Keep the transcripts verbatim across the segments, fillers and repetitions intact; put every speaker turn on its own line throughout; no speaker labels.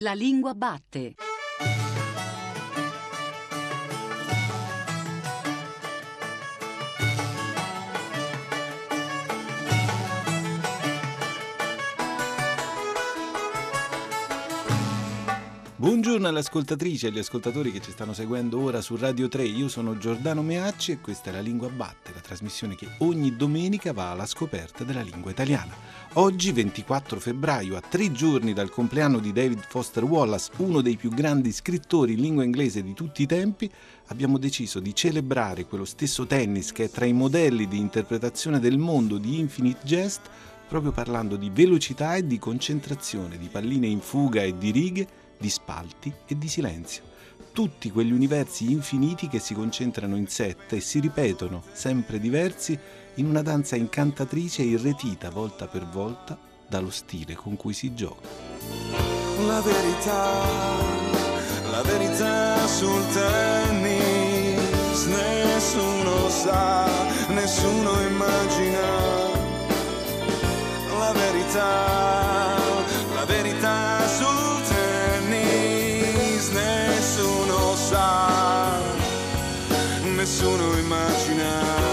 La lingua batte.
Buongiorno alle ascoltatrici e agli ascoltatori che ci stanno seguendo ora su Radio tre. Io sono Giordano Meacci e questa è La Lingua Batte, la trasmissione che ogni domenica va alla scoperta della lingua italiana. Oggi, ventiquattro febbraio, a tre giorni dal compleanno di David Foster Wallace, uno dei più grandi scrittori in lingua inglese di tutti i tempi, abbiamo deciso di celebrare quello stesso tennis che è tra i modelli di interpretazione del mondo di Infinite Jest, proprio parlando di velocità e di concentrazione, di palline in fuga e di righe, di spalti e di silenzio. Tutti quegli universi infiniti che si concentrano in sette e si ripetono, sempre diversi, in una danza incantatrice e irretita volta per volta dallo stile con cui si gioca.
La verità, la verità sul tennis, nessuno sa, nessuno immagina. La verità, la verità sul tennis, nessuno sa, nessuno immagina.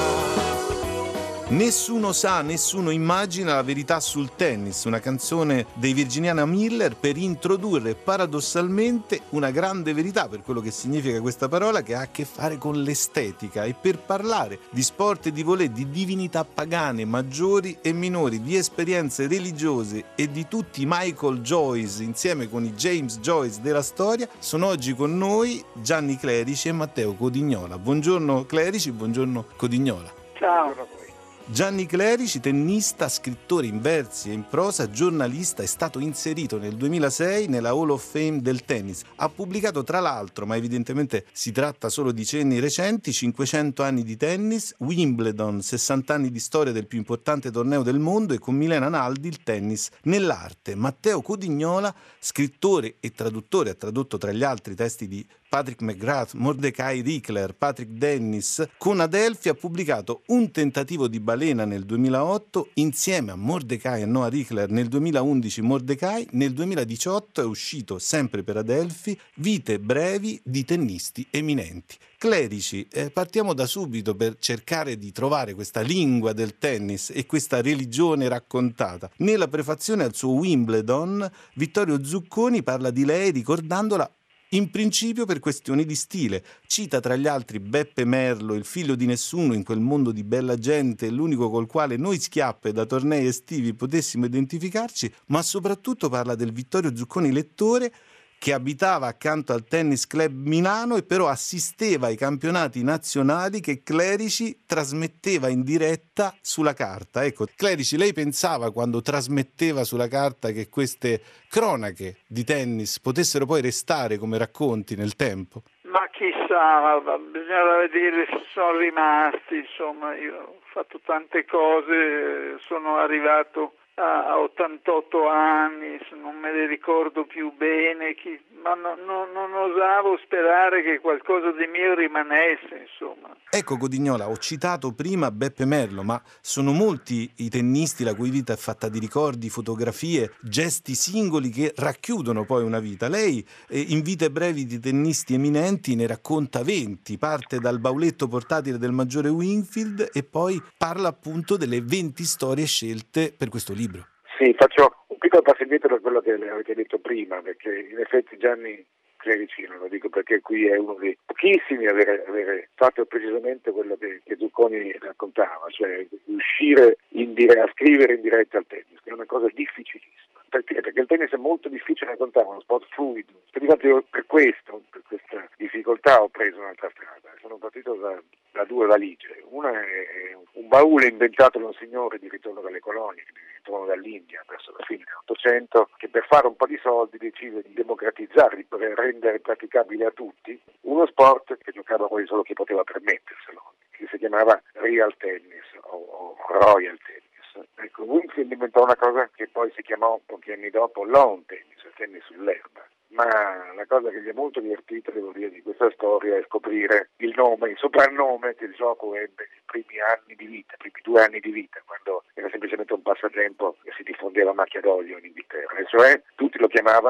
Nessuno sa, nessuno immagina la verità sul tennis, una canzone dei Virginiana Miller per introdurre paradossalmente una grande verità, per quello che significa questa parola, che ha a che fare con l'estetica, e per parlare di sport e di volè, di divinità pagane maggiori e minori, di esperienze religiose e di tutti i Michael Joyce insieme con i James Joyce della storia, sono oggi con noi Gianni Clerici e Matteo Codignola. Buongiorno Clerici, buongiorno Codignola.
Ciao.
Gianni Clerici, tennista, scrittore in versi e in prosa, giornalista, è stato inserito nel duemilasei nella Hall of Fame del tennis. Ha pubblicato tra l'altro, ma evidentemente si tratta solo di cenni recenti, cinquecento anni di tennis, Wimbledon, sessanta anni di storia del più importante torneo del mondo e con Milena Naldi il tennis nell'arte. Matteo Codignola, scrittore e traduttore, ha tradotto tra gli altri testi di Patrick McGrath, Mordecai Richler, Patrick Dennis. Con Adelphi ha pubblicato Un tentativo di balena nel duemilaotto, insieme a Mordecai e Noah Richler nel duemilaundici Mordecai, nel duemiladiciotto è uscito, sempre per Adelphi, Vite brevi di tennisti eminenti. Clerici, eh, partiamo da subito per cercare di trovare questa lingua del tennis e questa religione raccontata. Nella prefazione al suo Wimbledon, Vittorio Zucconi parla di lei ricordandola in principio per questioni di stile. Cita tra gli altri Beppe Merlo, il figlio di nessuno in quel mondo di bella gente, l'unico col quale noi schiappe da tornei estivi potessimo identificarci, ma soprattutto parla del Vittorio Zucconi lettore che abitava accanto al Tennis Club Milano e però assisteva ai campionati nazionali che Clerici trasmetteva in diretta sulla carta. Ecco, Clerici, lei pensava quando trasmetteva sulla carta che queste cronache di tennis potessero poi restare come racconti nel tempo?
Ma chissà, bisogna vedere se sono rimasti, insomma, io ho fatto tante cose, sono arrivato a ottantotto anni, non me le ricordo più bene, chi, ma no, no, non osavo sperare che qualcosa di mio rimanesse, insomma.
Ecco Codignola, ho citato prima Beppe Merlo, ma sono molti i tennisti la cui vita è fatta di ricordi, fotografie, gesti singoli che racchiudono poi una vita. Lei eh, in Vite brevi di tennisti eminenti ne racconta venti, parte dal bauletto portatile del maggiore Wingfield e poi parla appunto delle venti storie scelte per questo libro.
Sì, faccio un piccolo passo indietro da quello che avete detto prima, perché in effetti Gianni Clerici, non lo dico perché qui è uno dei pochissimi a avere, avere fatto precisamente quello che, che Zucconi raccontava, cioè riuscire in dire, a scrivere in diretta al tennis, che è una cosa difficilissima. Perché? Perché il tennis è molto difficile da raccontare, è uno sport fluido. Infatti per questo, per questa difficoltà ho preso un'altra strada. Sono partito da, da due valigie. Una è un baule inventato da un signore di ritorno dalle colonie, di ritorno dall'India verso la fine dell'Ottocento, che per fare un po' di soldi decide di democratizzare, di rendere praticabile a tutti uno sport che giocava quasi solo chi poteva permetterselo, che si chiamava real tennis o, o royal tennis. Ecco, Wimbledon inventò una cosa che poi si chiamò pochi anni dopo lawn tennis, il tennis sull'erba. Ma la cosa che mi ha molto divertito, devo dire, di questa storia è scoprire il nome, il soprannome che il gioco ebbe nei primi anni di vita, i primi due anni di vita, quando era semplicemente un passatempo che si diffondeva a macchia d'olio in Inghilterra, e cioè tutti lo chiamavano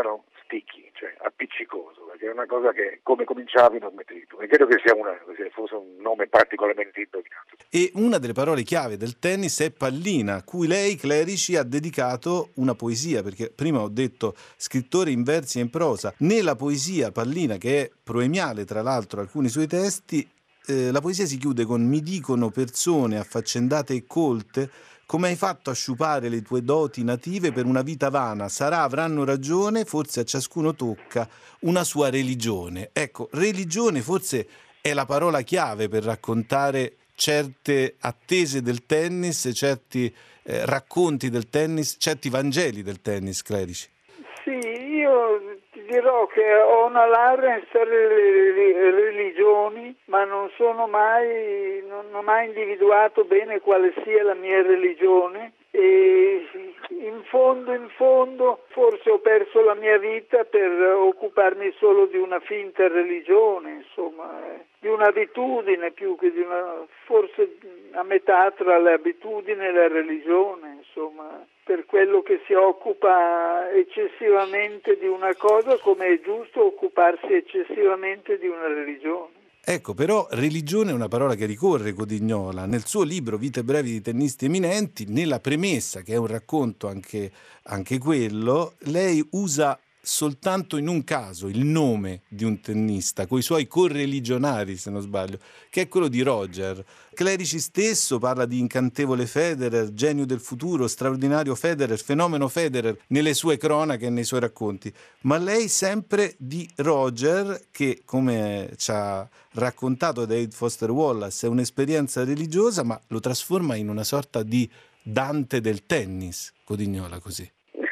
sticky, cioè appiccicoso, perché è una cosa che come cominciavi non smetti più. E credo che sia una, fosse un nome particolarmente indovinato.
E una delle parole chiave del tennis è pallina, a cui lei, Clerici, ha dedicato una poesia, perché prima ho detto scrittore in versi e in prosa. Nella poesia Pallina, che è proemiale tra l'altro alcuni suoi testi, eh, la poesia si chiude con mi dicono persone affaccendate e colte, come hai fatto a sciupare le tue doti native per una vita vana? Sarà, avranno ragione, forse a ciascuno tocca una sua religione. Ecco, religione forse è la parola chiave per raccontare certe attese del tennis, certi eh, racconti del tennis, certi vangeli del tennis, Clerici.
Sì, io ti dirò che ho una laurea in storia delle religioni, ma non sono mai, non ho mai individuato bene quale sia la mia religione e in fondo, in fondo, forse ho perso la mia vita per occuparmi solo di una finta religione, insomma, di un'abitudine più che di una, forse a metà tra l'abitudine e la religione, insomma, per quello che si occupa eccessivamente di una cosa come è giusto occuparsi eccessivamente di una religione.
Ecco, però religione è una parola che ricorre Codignola. Nel suo libro Vite brevi di tennisti eminenti, nella premessa, che è un racconto anche, anche quello, lei usa soltanto in un caso il nome di un tennista, coi suoi correligionari, se non sbaglio, che è quello di Roger. Clerici stesso parla di incantevole Federer, genio del futuro, straordinario Federer, fenomeno Federer, nelle sue cronache e nei suoi racconti. Ma lei sempre di Roger, che, come ci ha raccontato David Foster Wallace, è un'esperienza religiosa, ma lo trasforma in una sorta di Dante del tennis, Codignola, così.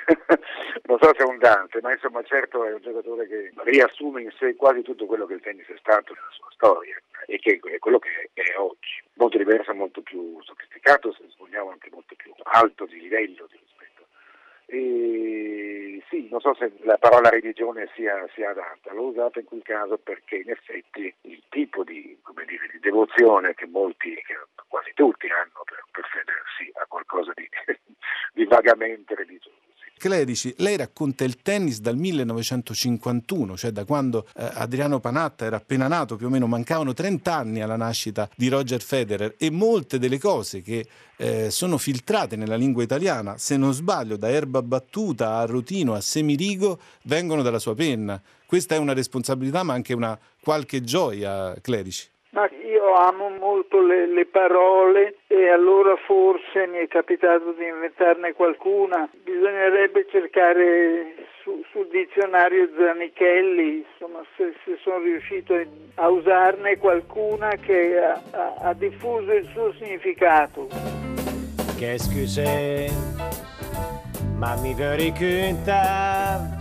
Non so se è un Dante, ma insomma certo è un giocatore che riassume in sé quasi tutto quello che il tennis è stato nella sua storia e che è quello che è oggi. Molto diverso, molto più sofisticato, se vogliamo anche molto più alto di livello di rispetto. E sì, non so se la parola religione sia, sia adatta, l'ho usata in quel caso perché in effetti il tipo di, come dire, di devozione che molti, che quasi tutti hanno per, per Federer, sì, ha qualcosa di, di vagamente religioso.
Clerici, lei racconta il tennis dal millenovecentocinquantuno, cioè da quando eh, Adriano Panatta era appena nato, più o meno mancavano trenta anni alla nascita di Roger Federer, e molte delle cose che eh, sono filtrate nella lingua italiana, se non sbaglio da Erba Battuta a Rotino a Semirigo, vengono dalla sua penna. Questa è una responsabilità ma anche una qualche gioia, Clerici.
Ma io amo molto le, le parole e allora forse mi è capitato di inventarne qualcuna. Bisognerebbe cercare su, sul dizionario Zanichelli, insomma, se, se sono riuscito a usarne qualcuna che ha, ha, ha diffuso il suo significato.
Qu'est-ce que c'est? Ma mi vericonta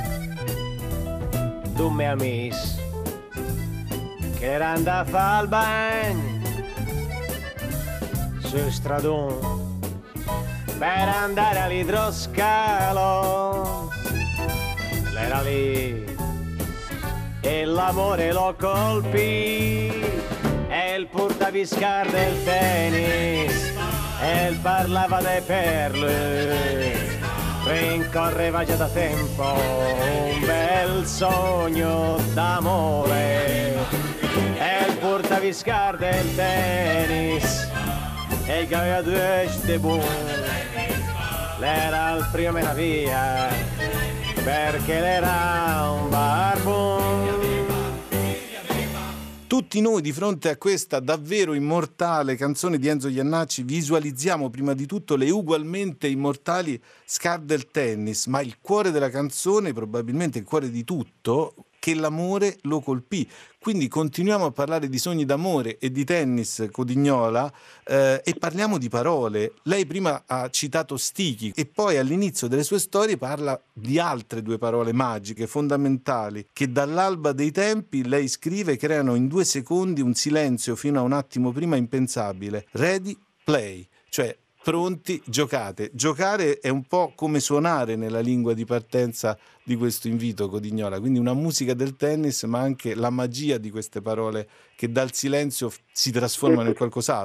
tu mi amis che era andata a fare il bagno sul stradone per andare all'idroscalo. L'era lì e l'amore lo colpì, e il portaviscar del tennis e parlava dei perle, rincorreva già da tempo un bel sogno d'amore. E il portaviscar del tennis e il gaiaduce de bon l'era il primo mena via perché l'era un barbon.
Tutti noi di fronte a questa davvero immortale canzone di Enzo Jannacci visualizziamo prima di tutto le ugualmente immortali scar del tennis, ma il cuore della canzone, probabilmente il cuore di tutto, che l'amore lo colpì. Quindi continuiamo a parlare di sogni d'amore e di tennis, Codignola, eh, e parliamo di parole. Lei prima ha citato stichi e poi all'inizio delle sue storie parla di altre due parole magiche, fondamentali, che dall'alba dei tempi, lei scrive, creano in due secondi un silenzio fino a un attimo prima impensabile. Ready, play, cioè pronti, giocate. Giocare è un po' come suonare nella lingua di partenza di questo invito, Codignola, quindi una musica del tennis, ma anche la magia di queste parole che dal silenzio si trasformano in qualcos'altro.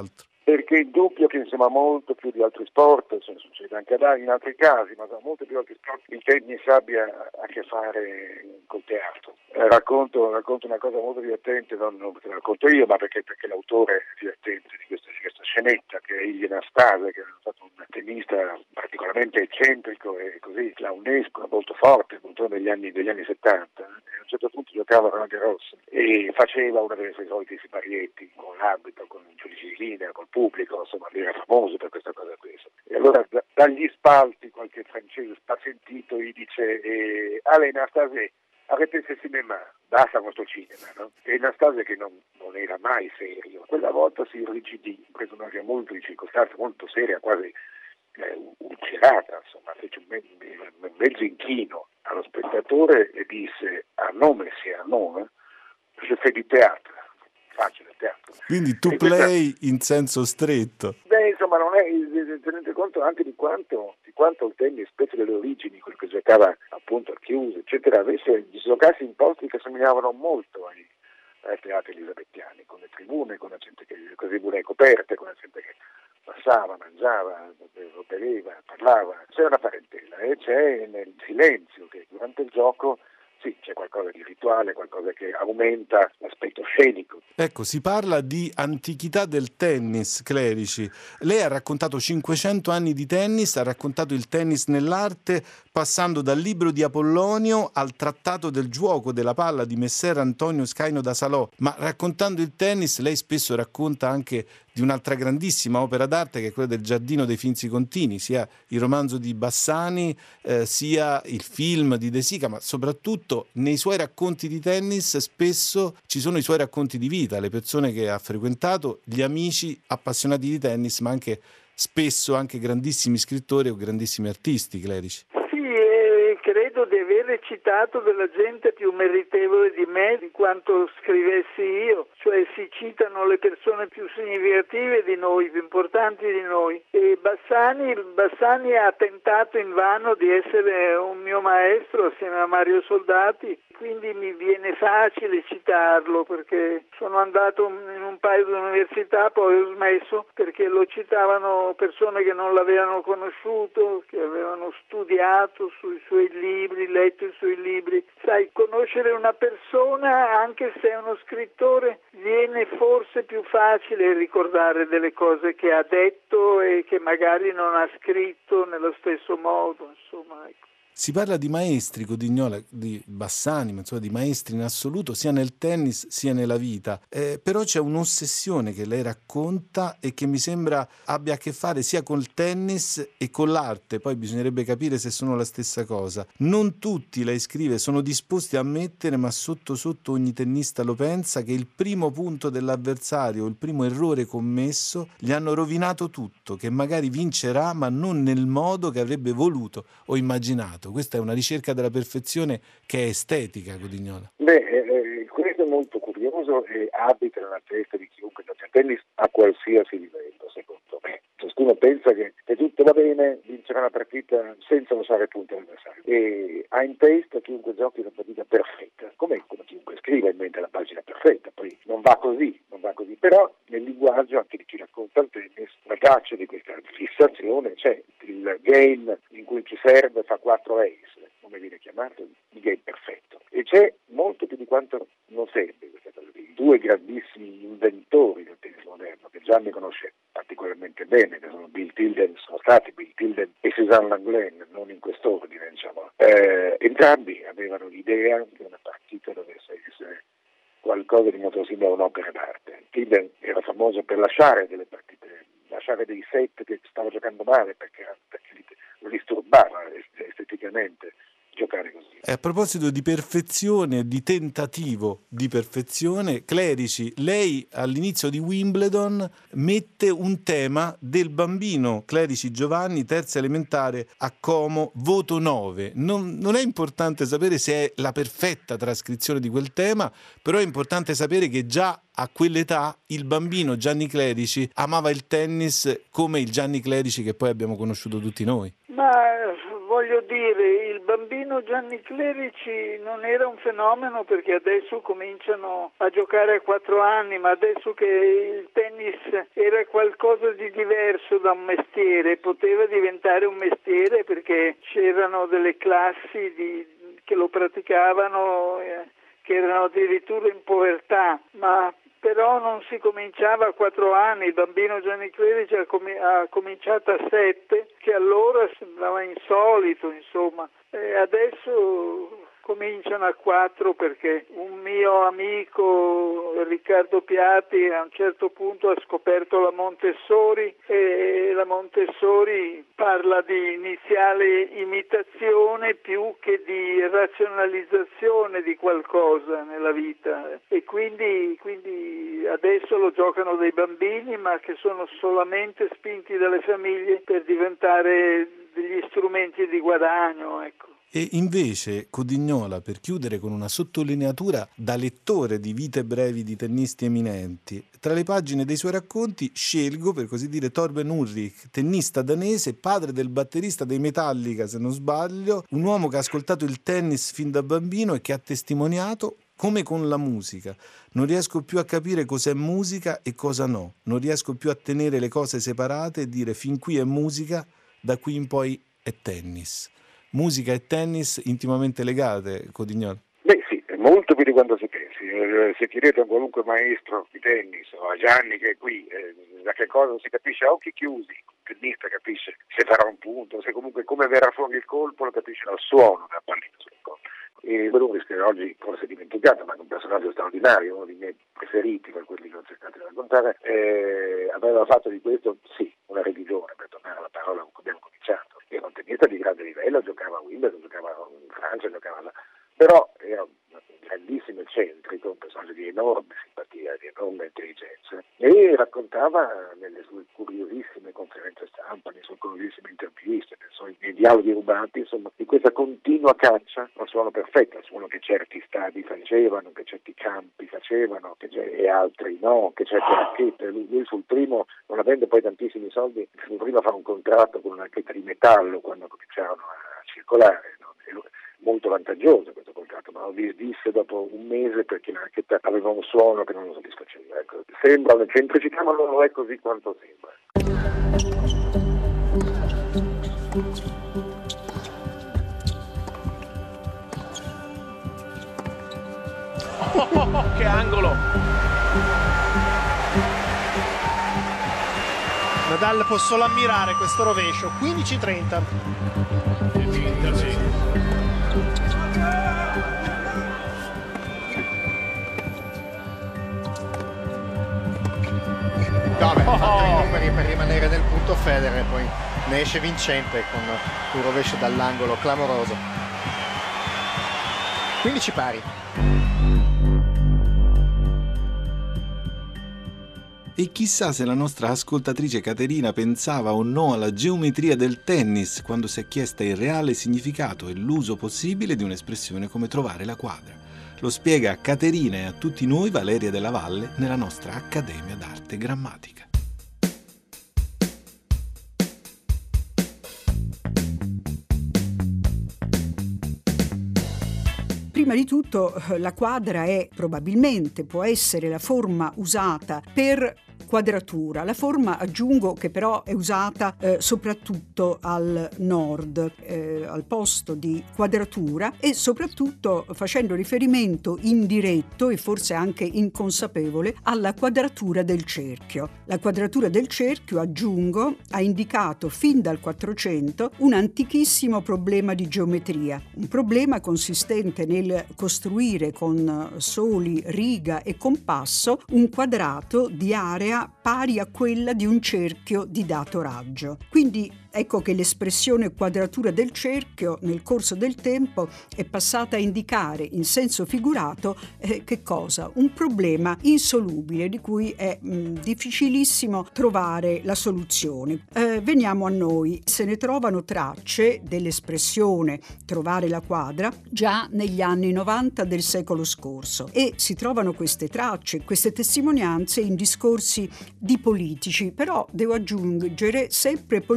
perché è indubbio che insomma molto più di altri sport, insomma, succede anche in altri casi, ma molto più di altri sport il tennis abbia a che fare col teatro. Eh, racconto, racconto una cosa molto divertente, non, non perché la racconto io, ma perché, perché l'autore è divertente di questa, di questa scenetta, che è Ilie Nastase, che è stato un tennista particolarmente eccentrico e così clownesco, molto forte, molto degli anni, degli anni settanta. E a un certo punto giocava con Roland Garros e faceva una delle sue solite siparietti con l'arbitro, con il giudice di linea, col pubblico, insomma, era famoso per questa cosa qui. E allora da, dagli spalti qualche francese spasentito gli dice eh, Ale Nastase, arrêtez ce cinéma, basta con sto cinema, no? E Nastase, che non, non era mai serio, quella volta si irrigidì, prese una molto di circostanza molto seria, quasi eh, ulcerata, insomma, fece un, me- un mezzo inchino allo spettatore e disse a nome sia a nome, je fais du théâtre, faccio del teatro.
Quindi tu
e
play
questa...
in senso stretto.
Beh, insomma, non è, tenete conto anche di quanto, di quanto il tennis, specie delle origini, quello che giocava appunto al chiuso, eccetera, avesse giocasse in posti che somigliavano molto ai, ai teatri elisabettiani, con le tribune, con la gente che, con le tribune coperte, con la gente che passava, mangiava, beveva, parlava. C'è una parentela e c'è nel silenzio che durante il gioco sì, c'è qualcosa di rituale, qualcosa che aumenta l'aspetto scenico.
Ecco, si parla di antichità del tennis, Clerici. Lei ha raccontato cinquecento anni di tennis, ha raccontato il tennis nell'arte, passando dal libro di Apollonio al trattato del giuoco della palla di Messer Antonio Scaino da Salò. Ma raccontando il tennis, lei spesso racconta anche di un'altra grandissima opera d'arte che è quella del Giardino dei Finzi Contini, sia il romanzo di Bassani, eh, sia il film di De Sica, ma soprattutto nei suoi racconti di tennis spesso ci sono i suoi racconti di vita, le persone che ha frequentato, gli amici appassionati di tennis, ma anche spesso anche grandissimi scrittori o grandissimi artisti, Clerici.
Sì, eh, credo di aver citato della gente più meritevole di me di quanto scrivessi io, cioè si citano le persone più significative di noi, più importanti di noi. E Bassani, Bassani ha tentato invano di essere un mio maestro assieme a Mario Soldati, quindi mi viene facile citarlo perché sono andato in un paio di università, poi ho smesso perché lo citavano persone che non l'avevano conosciuto, che avevano studiato sui suoi libri, letto i suoi libri. Sai, conoscere una persona, anche se è uno scrittore, viene forse più facile ricordare delle cose che ha detto e che magari non ha scritto nello stesso modo, insomma, ecco.
Si parla di maestri, Codignola, di Bassani, ma insomma di maestri in assoluto, sia nel tennis sia nella vita. Eh, però c'è un'ossessione che lei racconta e che mi sembra abbia a che fare sia col tennis e con l'arte. Poi bisognerebbe capire se sono la stessa cosa. Non tutti, lei scrive, sono disposti a ammettere, ma sotto sotto ogni tennista lo pensa, che il primo punto dell'avversario, il primo errore commesso, gli hanno rovinato tutto, che magari vincerà, ma non nel modo che avrebbe voluto o immaginato. Questa è una ricerca della perfezione che è estetica, Codignola.
Beh, eh, questo è molto curioso e abita nella testa di chiunque gioca a tennis a qualsiasi livello, secondo me. Ciascuno pensa che se tutto va bene vincerà una partita senza usare punti all'avversario e ha in testa chiunque giochi una partita perfetta, come, come chiunque scriva in mente la pagina perfetta. Poi non va così, non va così, però nel linguaggio anche di chi racconta il tennis la traccia di questa fissazione c'è. Il game in cui ci serve fa quattro ace, come viene chiamato, il game perfetto. E c'è molto più di quanto non serve questa cosa. Due grandissimi inventori del tennis moderno che Gianni conosce particolarmente bene, che sono Bill Tilden, sono stati Bill Tilden e Suzanne Lenglen, non in quest'ordine, diciamo. Eh, entrambi avevano l'idea che una partita dovesse essere qualcosa di molto simile a un'opera d'arte. Tilden era famoso per lasciare delle partite, lasciare dei set che stava giocando male perché, perché lo disturbava esteticamente giocare così.
E a proposito di perfezione, di tentativo di perfezione, Clerici, lei all'inizio di Wimbledon mette un tema del bambino Clerici Giovanni, terza elementare a Como, voto nove. Non, non è importante sapere se è la perfetta trascrizione di quel tema, però è importante sapere che già a quell'età il bambino Gianni Clerici amava il tennis come il Gianni Clerici che poi abbiamo conosciuto tutti noi.
Ma voglio dire, il bambino Gianni Clerici non era un fenomeno perché adesso cominciano a giocare a quattro anni, ma adesso che il tennis era qualcosa di diverso da un mestiere, poteva diventare un mestiere perché c'erano delle classi di, che lo praticavano eh, che erano addirittura in povertà, ma però non si cominciava a quattro anni, il bambino Gianni Clerici ha, com- ha cominciato a sette, che allora sembrava insolito, insomma, e adesso cominciano a quattro perché un mio amico Riccardo Piatti a un certo punto ha scoperto la Montessori e la Montessori parla di iniziale imitazione più che di razionalizzazione di qualcosa nella vita e quindi, quindi adesso lo giocano dei bambini ma che sono solamente spinti dalle famiglie per diventare degli strumenti di guadagno, ecco.
E invece Codignola, per chiudere con una sottolineatura da lettore di vite brevi di tennisti eminenti, tra le pagine dei suoi racconti scelgo, per così dire, Torben Ulrich, tennista danese, padre del batterista dei Metallica, se non sbaglio, un uomo che ha ascoltato il tennis fin da bambino e che ha testimoniato come con la musica. Non riesco più a capire cos'è musica e cosa no. Non riesco più a tenere le cose separate e dire fin qui è musica, da qui in poi è tennis. Musica e tennis intimamente legate, Codignola?
Beh sì, è molto più di quanto si pensi. Se chiedete a un qualunque maestro di tennis o a Gianni che è qui, eh, da che cosa non si capisce a occhi chiusi, il tennista capisce se farà un punto, se comunque come verrà fuori il colpo lo capisce dal suono della pallina sul colpo. E Berungis, che oggi forse è dimenticato, ma è un personaggio straordinario, uno dei miei preferiti per quelli che ho cercato di raccontare, eh, aveva fatto di questo, sì, una religione, per tornare alla parola con cui abbiamo cominciato. Era un tennista di grande livello, giocava a Wimbledon, giocava in Francia, giocava là. Però era un grandissimo eccentrico, un personaggio di enorme simpatia, di enorme intelligenza, e raccontava nelle sue curiosissime conferenze stampa, nelle sue curiosissime interviste, nei suoi nei dialoghi rubati, insomma, di questa continua caccia al suono perfetto, al suono che certi stadi facevano, che certi campi facevano, che e altri no, che certe racchette. Lui, lui fu il primo, non avendo poi tantissimi soldi, fu il primo a fare un contratto con una racchetta di metallo quando cominciarono a circolare, no? E lui, molto vantaggioso questo contratto, ma lo disdisse dopo un mese perché la racchetta aveva un suono che non lo soddisfaceva. Ecco, sembra un'eccentricità, ma non è così quanto sembra.
Oh, oh, oh, che angolo!
Nadal può solo ammirare questo rovescio. quindici trenta.
Che finta, sì.
Vabbè,
Oh.
fatto i numeri per rimanere nel punto Federer, poi ne esce vincente con un rovescio dall'angolo clamoroso. quindici pari.
E chissà se la nostra ascoltatrice Caterina pensava o no alla geometria del tennis quando si è chiesta il reale significato e l'uso possibile di un'espressione come trovare la quadra. Lo spiega a Caterina e a tutti noi Valeria Della Valle nella nostra Accademia d'Arte Grammatica.
Prima di tutto la quadra è probabilmente, può essere la forma usata per quadratura. La forma, aggiungo, che però è usata eh, soprattutto al nord, eh, al posto di quadratura, e soprattutto facendo riferimento indiretto e forse anche inconsapevole alla quadratura del cerchio. La quadratura del cerchio, aggiungo, ha indicato fin dal quattrocento un antichissimo problema di geometria, un problema consistente nel costruire con soli, riga e compasso un quadrato di area pari a quella di un cerchio di dato raggio. Quindi ecco che l'espressione quadratura del cerchio nel corso del tempo è passata a indicare in senso figurato eh, che cosa? Un problema insolubile di cui è mh, difficilissimo trovare la soluzione. Eh, veniamo a noi. Se ne trovano tracce dell'espressione trovare la quadra già negli anni novanta del secolo scorso, e si trovano queste tracce, queste testimonianze in discorsi di politici, però devo aggiungere sempre politici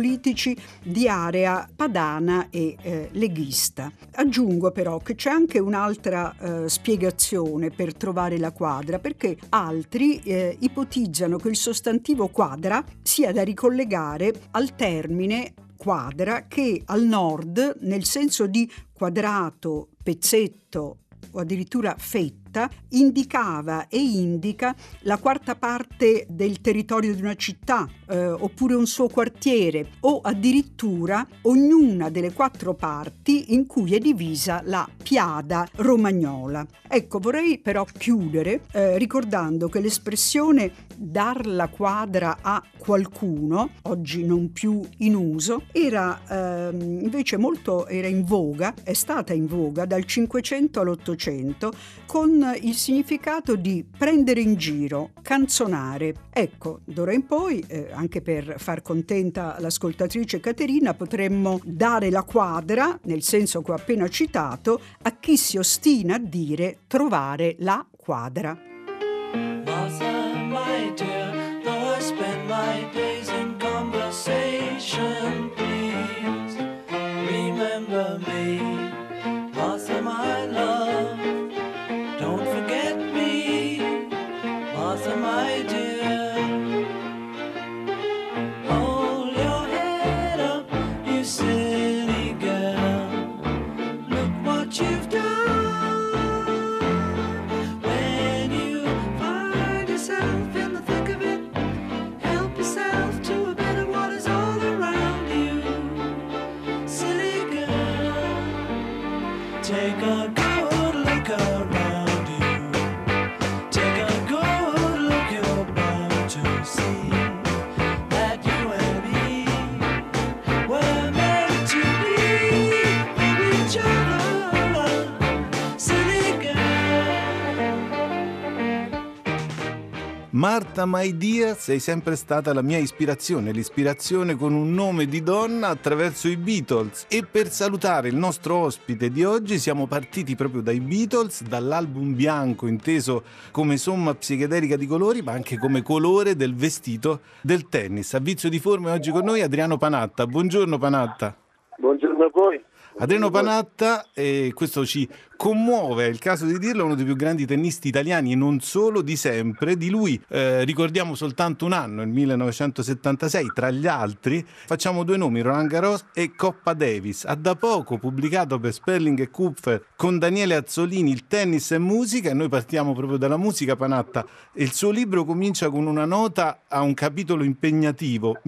storici di area padana e eh, leghista. Aggiungo però che c'è anche un'altra eh, spiegazione per trovare la quadra, perché altri eh, ipotizzano che il sostantivo quadra sia da ricollegare al termine quadra, che al nord, nel senso di quadrato, pezzetto o addirittura fetta, indicava e indica la quarta parte del territorio di una città, eh, oppure un suo quartiere, o addirittura ognuna delle quattro parti in cui è divisa la piada romagnola. Ecco, vorrei però chiudere eh, ricordando che l'espressione dar la quadra a qualcuno, oggi non più in uso, era eh, invece molto era in voga, è stata in voga dal Cinquecento all'Ottocento, con il significato di prendere in giro, canzonare. Ecco, d'ora in poi, eh, anche per far contenta l'ascoltatrice Caterina, potremmo dare la quadra, nel senso che ho appena citato, a chi si ostina a dire trovare la quadra.
Martha, my dear, though I spend my days in conversation, please remember me. Martha, my love, don't forget me. Martha, my dear, hold your head up, you silly girl. Look what you've done. When you find yourself in the thick of it, help yourself to a bit of what is all around you. Silly girl, take a good look around you. Take a good look, you're bound to see that you and me were meant to be for each other. Silly girl.
Martha, my dear, sei sempre stata la mia ispirazione, l'ispirazione con un nome di donna attraverso i Beatles. E per salutare il nostro ospite di oggi siamo partiti proprio dai Beatles, dall'album bianco inteso come somma psichedelica di colori, ma anche come colore del vestito del tennis. A vizio di forme oggi con noi Adriano Panatta. Buongiorno Panatta.
Buongiorno a voi.
Adriano Panatta, e questo ci commuove, è il caso di dirlo, è uno dei più grandi tennisti italiani e non solo di sempre. Di lui eh, ricordiamo soltanto un anno, il millenovecentosettantasei, tra gli altri facciamo due nomi, Roland Garros e Coppa Davis. Ha da poco pubblicato per Sperling e Kupfer con Daniele Azzolini Il tennis e musica, e noi partiamo proprio dalla musica, Panatta. Il suo libro comincia con una nota a un capitolo impegnativo,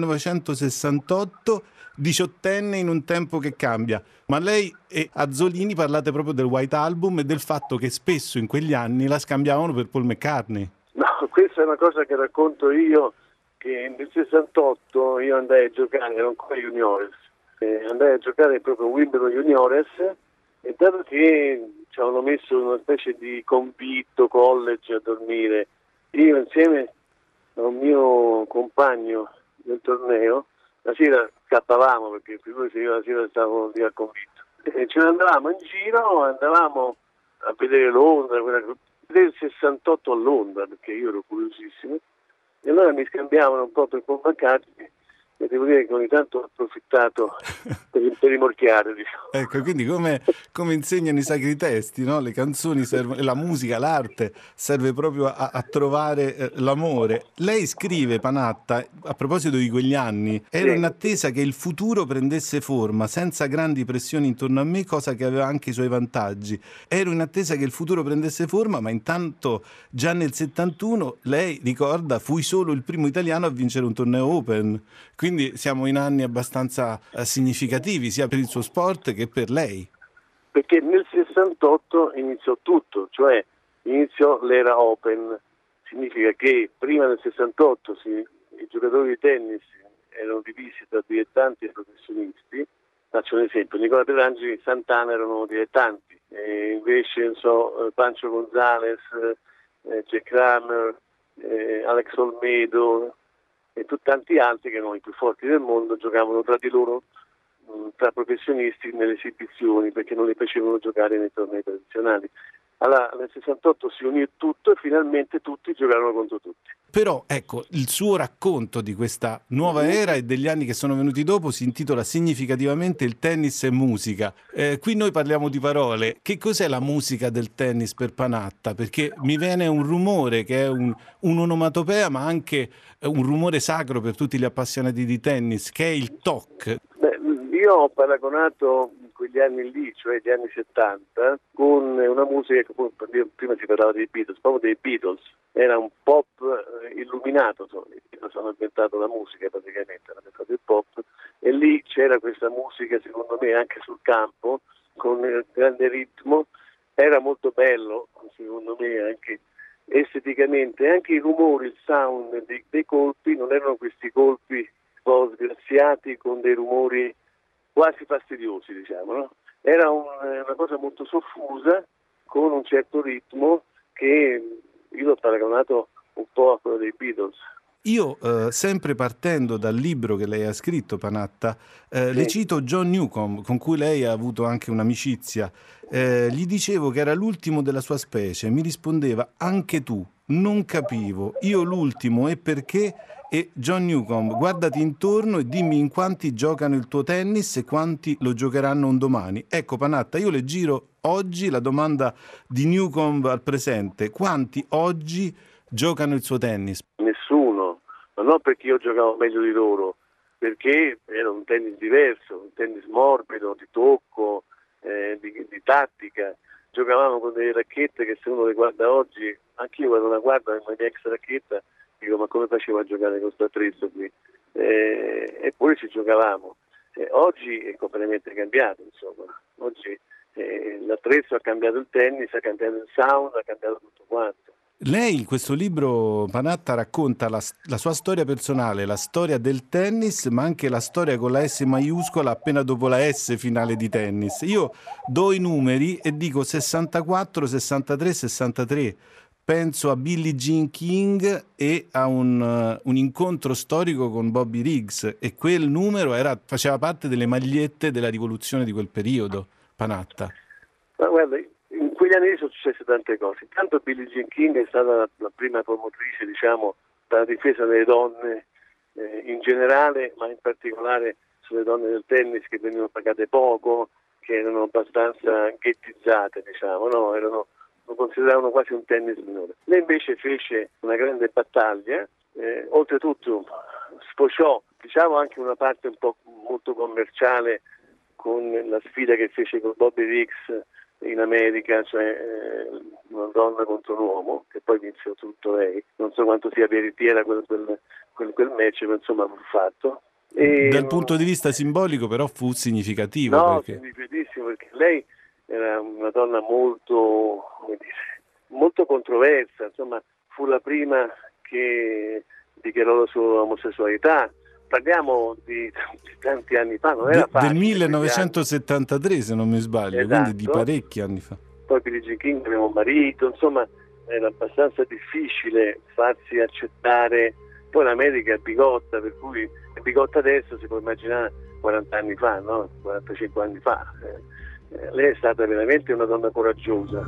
millenovecentosessantotto, diciottenne in un tempo che cambia. Ma lei e Azzolini parlate proprio del White Album e del fatto che spesso in quegli anni la scambiavano per Paul McCartney.
No, questa è una cosa che racconto io, che nel sessantotto io andai a giocare, ero ancora juniores, eh, andai a giocare proprio Wimbledon juniores, e dato che ci avevano messo una specie di convitto college a dormire, io insieme a un mio compagno del torneo, la sera scappavamo, perché figurati io la sera stavo lì al convitto, e ce ne andavamo in giro, andavamo a vedere Londra, quella, del sessantotto a Londra, perché io ero curiosissimo, e allora mi scambiavano un po' per Paul McCartney, e devo dire che ogni tanto ho approfittato per, per rimorchiare, diciamo.
Ecco, quindi come, come insegnano i sacri testi, no? Le canzoni servono, la musica, l'arte serve proprio a, a trovare eh, l'amore. Lei scrive, Panatta, a proposito di quegli anni: ero in attesa che il futuro prendesse forma, senza grandi pressioni intorno a me, cosa che aveva anche i suoi vantaggi. Ero in attesa che il futuro prendesse forma, ma intanto già nel settantuno, lei ricorda, fui solo il primo italiano a vincere un torneo Open. Quindi siamo in anni abbastanza eh, significativi, sia per il suo sport che per lei.
Perché nel sessantotto iniziò tutto, cioè iniziò l'era Open. Significa che prima del sessantotto si, i giocatori di tennis erano divisi tra dilettanti e professionisti. Faccio un esempio: Nicola Pelangeli e Santana erano dilettanti, e invece non so, Pancho Gonzalez, eh, Jack Kramer, eh, Alex Olmedo e tutti tanti altri, che erano i più forti del mondo, giocavano tra di loro, mh, tra professionisti, nelle esibizioni, perché non li facevano giocare nei tornei tradizionali. Allora nel sessantotto si unì tutto e finalmente tutti giocarono contro tutti.
Però ecco, il suo racconto di questa nuova era e degli anni che sono venuti dopo si intitola significativamente Il tennis e musica. Eh, qui noi parliamo di parole. Che cos'è la musica del tennis per Panatta? Perché mi viene un rumore che è un, un'onomatopea, ma anche un rumore sacro per tutti gli appassionati di tennis, che è il toc.
Beh, io ho paragonato quegli anni lì, cioè gli anni settanta, con una musica che prima si parlava dei Beatles, proprio dei Beatles. Era un pop illuminato, i Beatles hanno inventato la musica praticamente, hanno inventato il pop, e lì c'era questa musica, secondo me, anche sul campo, con grande ritmo. Era molto bello, secondo me, anche esteticamente, anche i rumori, il sound dei, dei colpi non erano questi colpi un po' sgraziati con dei rumori quasi fastidiosi, diciamo, no? Era un, una cosa molto soffusa, con un certo ritmo che io l'ho paragonato un po' a quello dei Beatles.
Io, eh, sempre partendo dal libro che lei ha scritto, Panatta, eh, sì. le cito John Newcombe, con cui lei ha avuto anche un'amicizia. Eh, gli dicevo che era l'ultimo della sua specie, mi rispondeva anche tu, non capivo, io l'ultimo e perché? E John Newcombe, guardati intorno e dimmi in quanti giocano il tuo tennis e quanti lo giocheranno un domani. Ecco Panatta, io le giro oggi la domanda di Newcombe al presente, quanti oggi giocano il suo tennis?
Nessuno, ma non perché io giocavo meglio di loro, perché era un tennis diverso, un tennis morbido, di tocco, eh, di, di tattica. Giocavamo con delle racchette che se uno le guarda oggi, anche io quando la guardo la mia ex racchetta, dico ma come facevo a giocare con questo attrezzo qui? Eh, eppure ci giocavamo. Eh, oggi è completamente cambiato, insomma. Oggi eh, l'attrezzo ha cambiato il tennis, ha cambiato il sound, ha cambiato tutto quanto.
Lei in questo libro, Panatta, racconta la, la sua storia personale, la storia del tennis, ma anche la storia con la S maiuscola appena dopo la S finale di tennis. Io do i numeri e dico sessantaquattro, sessantatré, sessantatré. Penso a Billie Jean King e a un, uh, un incontro storico con Bobby Riggs, e quel numero era, faceva parte delle magliette della rivoluzione di quel periodo, Panatta.
Ma guarda, in quegli anni sono successe tante cose. Intanto Billie Jean King è stata la, la prima promotrice, diciamo, della difesa delle donne eh, in generale, ma in particolare sulle donne del tennis che venivano pagate poco, che erano abbastanza ghettizzate, diciamo, no? Erano, lo consideravano quasi un tennis minore. Lei invece fece una grande battaglia, eh, oltretutto sfociò, diciamo, anche una parte un po' molto commerciale con la sfida che fece con Bobby Riggs in America, cioè eh, una donna contro un uomo, che poi vinse tutto lei. Non so quanto sia veritiera quel, quel, quel, quel match, ma insomma fu fatto. E,
dal punto di vista simbolico però fu significativo.
No,
perché...
significatissimo, perché lei era una donna molto, come dire, molto controversa, insomma fu la prima che dichiarò la sua omosessualità. Parliamo di, di tanti anni fa, non era
De,
facile.
Del millenovecentosettantatré, se non mi sbaglio,
esatto.
Quindi di parecchi anni fa.
Poi Billie Jean King aveva un marito, insomma era abbastanza difficile farsi accettare. Poi l'America è bigotta, per cui è bigotta adesso, si può immaginare quaranta anni fa, no? quarantacinque anni fa. Eh, eh, lei è stata veramente una donna coraggiosa.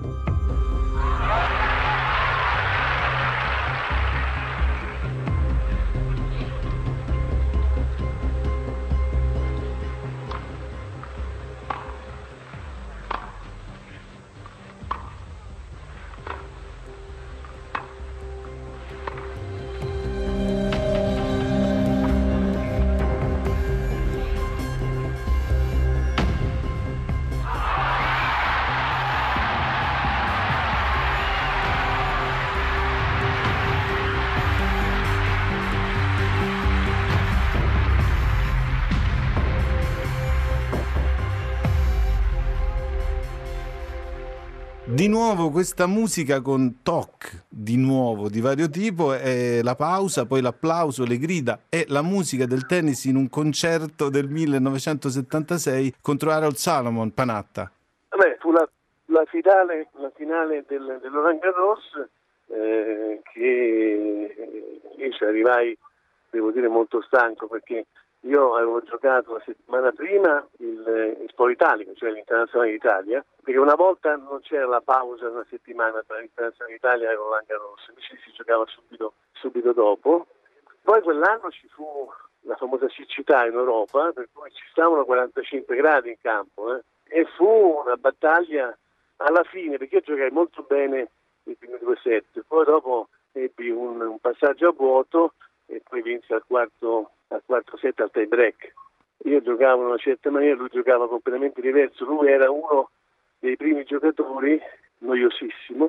Di nuovo questa musica con toc, di nuovo, di vario tipo, e la pausa, poi l'applauso, le grida e la musica del tennis in un concerto del millenovecentosettantasei contro Harold Salomon, Panatta.
Vabbè, fu la, la finale, la finale del, del Roland Garros, eh, che io ci arrivai, devo dire, molto stanco, perché Io avevo giocato la settimana prima il, il Sport Italico, cioè l'Internazionale d'Italia, perché una volta non c'era la pausa una settimana tra l'Internazionale d'Italia e Roland Garros, invece si giocava subito, subito dopo. Poi quell'anno ci fu la famosa siccità in Europa, per cui ci stavano quarantacinque gradi in campo, eh? E fu una battaglia alla fine, perché io giocai molto bene i primi due set, poi dopo ebbi un, un passaggio a vuoto e poi vinse al quarto, al quarto set al tie break. Io giocavo in una certa maniera, lui giocava completamente diverso, lui era uno dei primi giocatori, noiosissimo,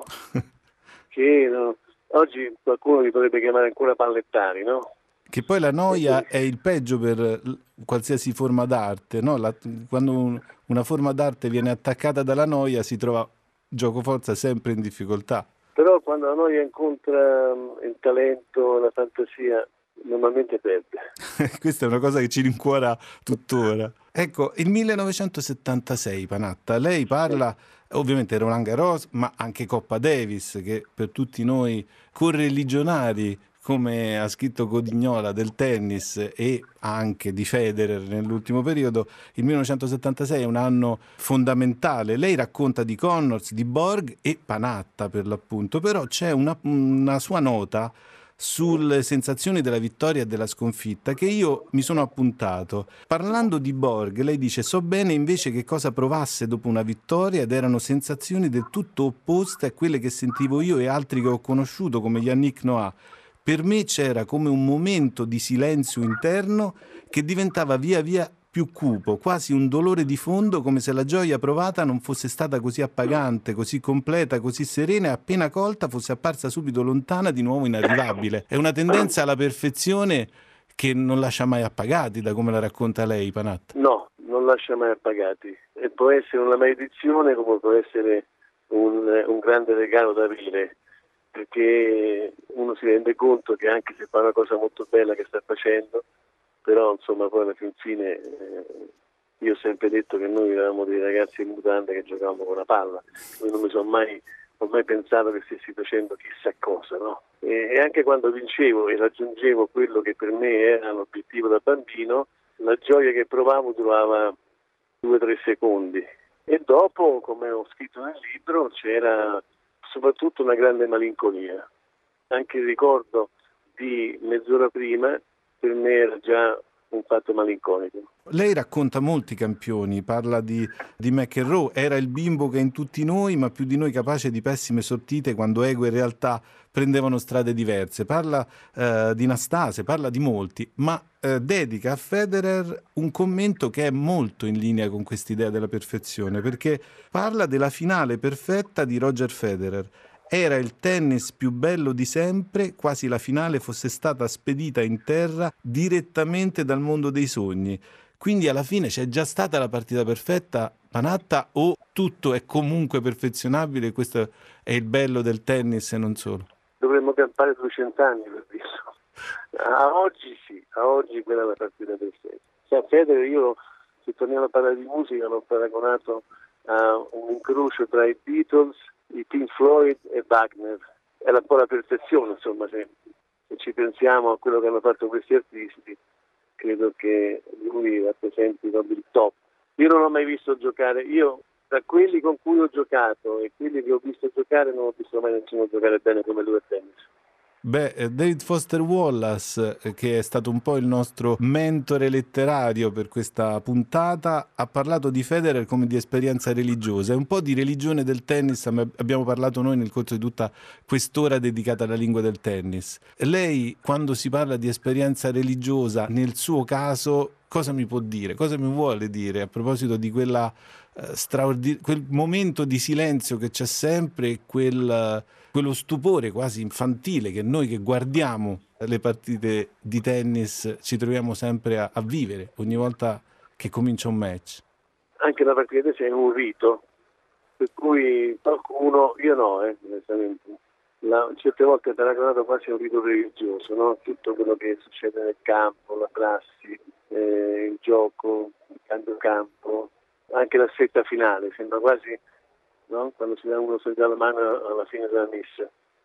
che no, oggi qualcuno li potrebbe chiamare ancora pallettari, no?
Che poi la noia è il peggio per l- qualsiasi forma d'arte, no? La- quando un- una forma d'arte viene attaccata dalla noia si trova giocoforza sempre in difficoltà.
Però quando la noia incontra um, il talento, la fantasia, normalmente perde.
Questa è una cosa che ci rincuora tuttora. Ecco, il millenovecentosettantasei, Panatta, lei parla, ovviamente Roland Garros, ma anche Coppa Davis, che per tutti noi correligionari, come ha scritto Codignola, del tennis e anche di Federer nell'ultimo periodo, il millenovecentosettantasei è un anno fondamentale. Lei racconta di Connors, di Borg e Panatta per l'appunto, però c'è una, una sua nota sulle sensazioni della vittoria e della sconfitta che io mi sono appuntato. Parlando di Borg, lei dice: so bene invece che cosa provasse dopo una vittoria ed erano sensazioni del tutto opposte a quelle che sentivo io e altri che ho conosciuto come Yannick Noah. Per me c'era come un momento di silenzio interno che diventava via via più cupo, quasi un dolore di fondo, come se la gioia provata non fosse stata così appagante, così completa, così serena e appena colta fosse apparsa subito lontana, di nuovo inarrivabile. È una tendenza alla perfezione che non lascia mai appagati, da come la racconta lei, Panatta.
No, non lascia mai appagati. E può essere una maledizione come può essere un, un grande regalo da avere, perché uno si rende conto che anche se fa una cosa molto bella che sta facendo, però insomma poi alla fin fine eh, io ho sempre detto che noi eravamo dei ragazzi in mutande che giocavamo con la palla, io non mi sono mai, ho mai pensato che stessi facendo chissà cosa, no? E, e anche quando vincevo e raggiungevo quello che per me era l'obiettivo da bambino, la gioia che provavo durava due o tre secondi e dopo, come ho scritto nel libro, c'era soprattutto una grande malinconia. Anche il ricordo di mezz'ora prima per me era già un fatto malinconico.
Lei racconta molti campioni, parla di, di McEnroe, era il bimbo che in tutti noi, ma più di noi capace di pessime sortite quando ego e realtà prendevano strade diverse. Parla eh, di Nastase, parla di molti, ma eh, dedica a Federer un commento che è molto in linea con quest'idea della perfezione, perché parla della finale perfetta di Roger Federer. Era il tennis più bello di sempre, quasi la finale fosse stata spedita in terra direttamente dal mondo dei sogni. Quindi alla fine c'è già stata la partita perfetta, Panatta, o tutto è comunque perfezionabile? Questo è il bello del tennis e non solo.
Dovremmo campare duecento anni per dirlo. A oggi sì, a oggi quella è la partita perfetta. Cioè, Federer, io, se torniamo a parlare di musica, l'ho paragonato a un incrocio tra i Beatles, i Pink Floyd e Wagner. Era un po' la perfezione, insomma, se, se ci pensiamo a quello che hanno fatto questi artisti, credo che lui rappresenti proprio il top. Io non ho mai visto giocare, io tra quelli con cui ho giocato e quelli che ho visto giocare non ho visto mai nessuno giocare bene come lui a tennis.
Beh, David Foster Wallace, che è stato un po' il nostro mentore letterario per questa puntata, ha parlato di Federer come di esperienza religiosa. È un po' di religione del tennis, abbiamo parlato noi nel corso di tutta quest'ora dedicata alla lingua del tennis. Lei, quando si parla di esperienza religiosa, nel suo caso, cosa mi può dire? Cosa mi vuole dire a proposito di quella eh, straordin- quel momento di silenzio che c'è sempre e quel... quello stupore quasi infantile che noi che guardiamo le partite di tennis ci troviamo sempre a, a vivere ogni volta che comincia un match.
Anche la partita c'è un rito, per cui qualcuno, io no, eh, onestamente, la, certe volte è paragonato quasi a un rito religioso, no? Tutto quello che succede nel campo, la prassi, eh, il gioco, il cambio campo, anche la stretta finale, sembra quasi... No? Quando si dà uno si dà la mano alla fine della messa,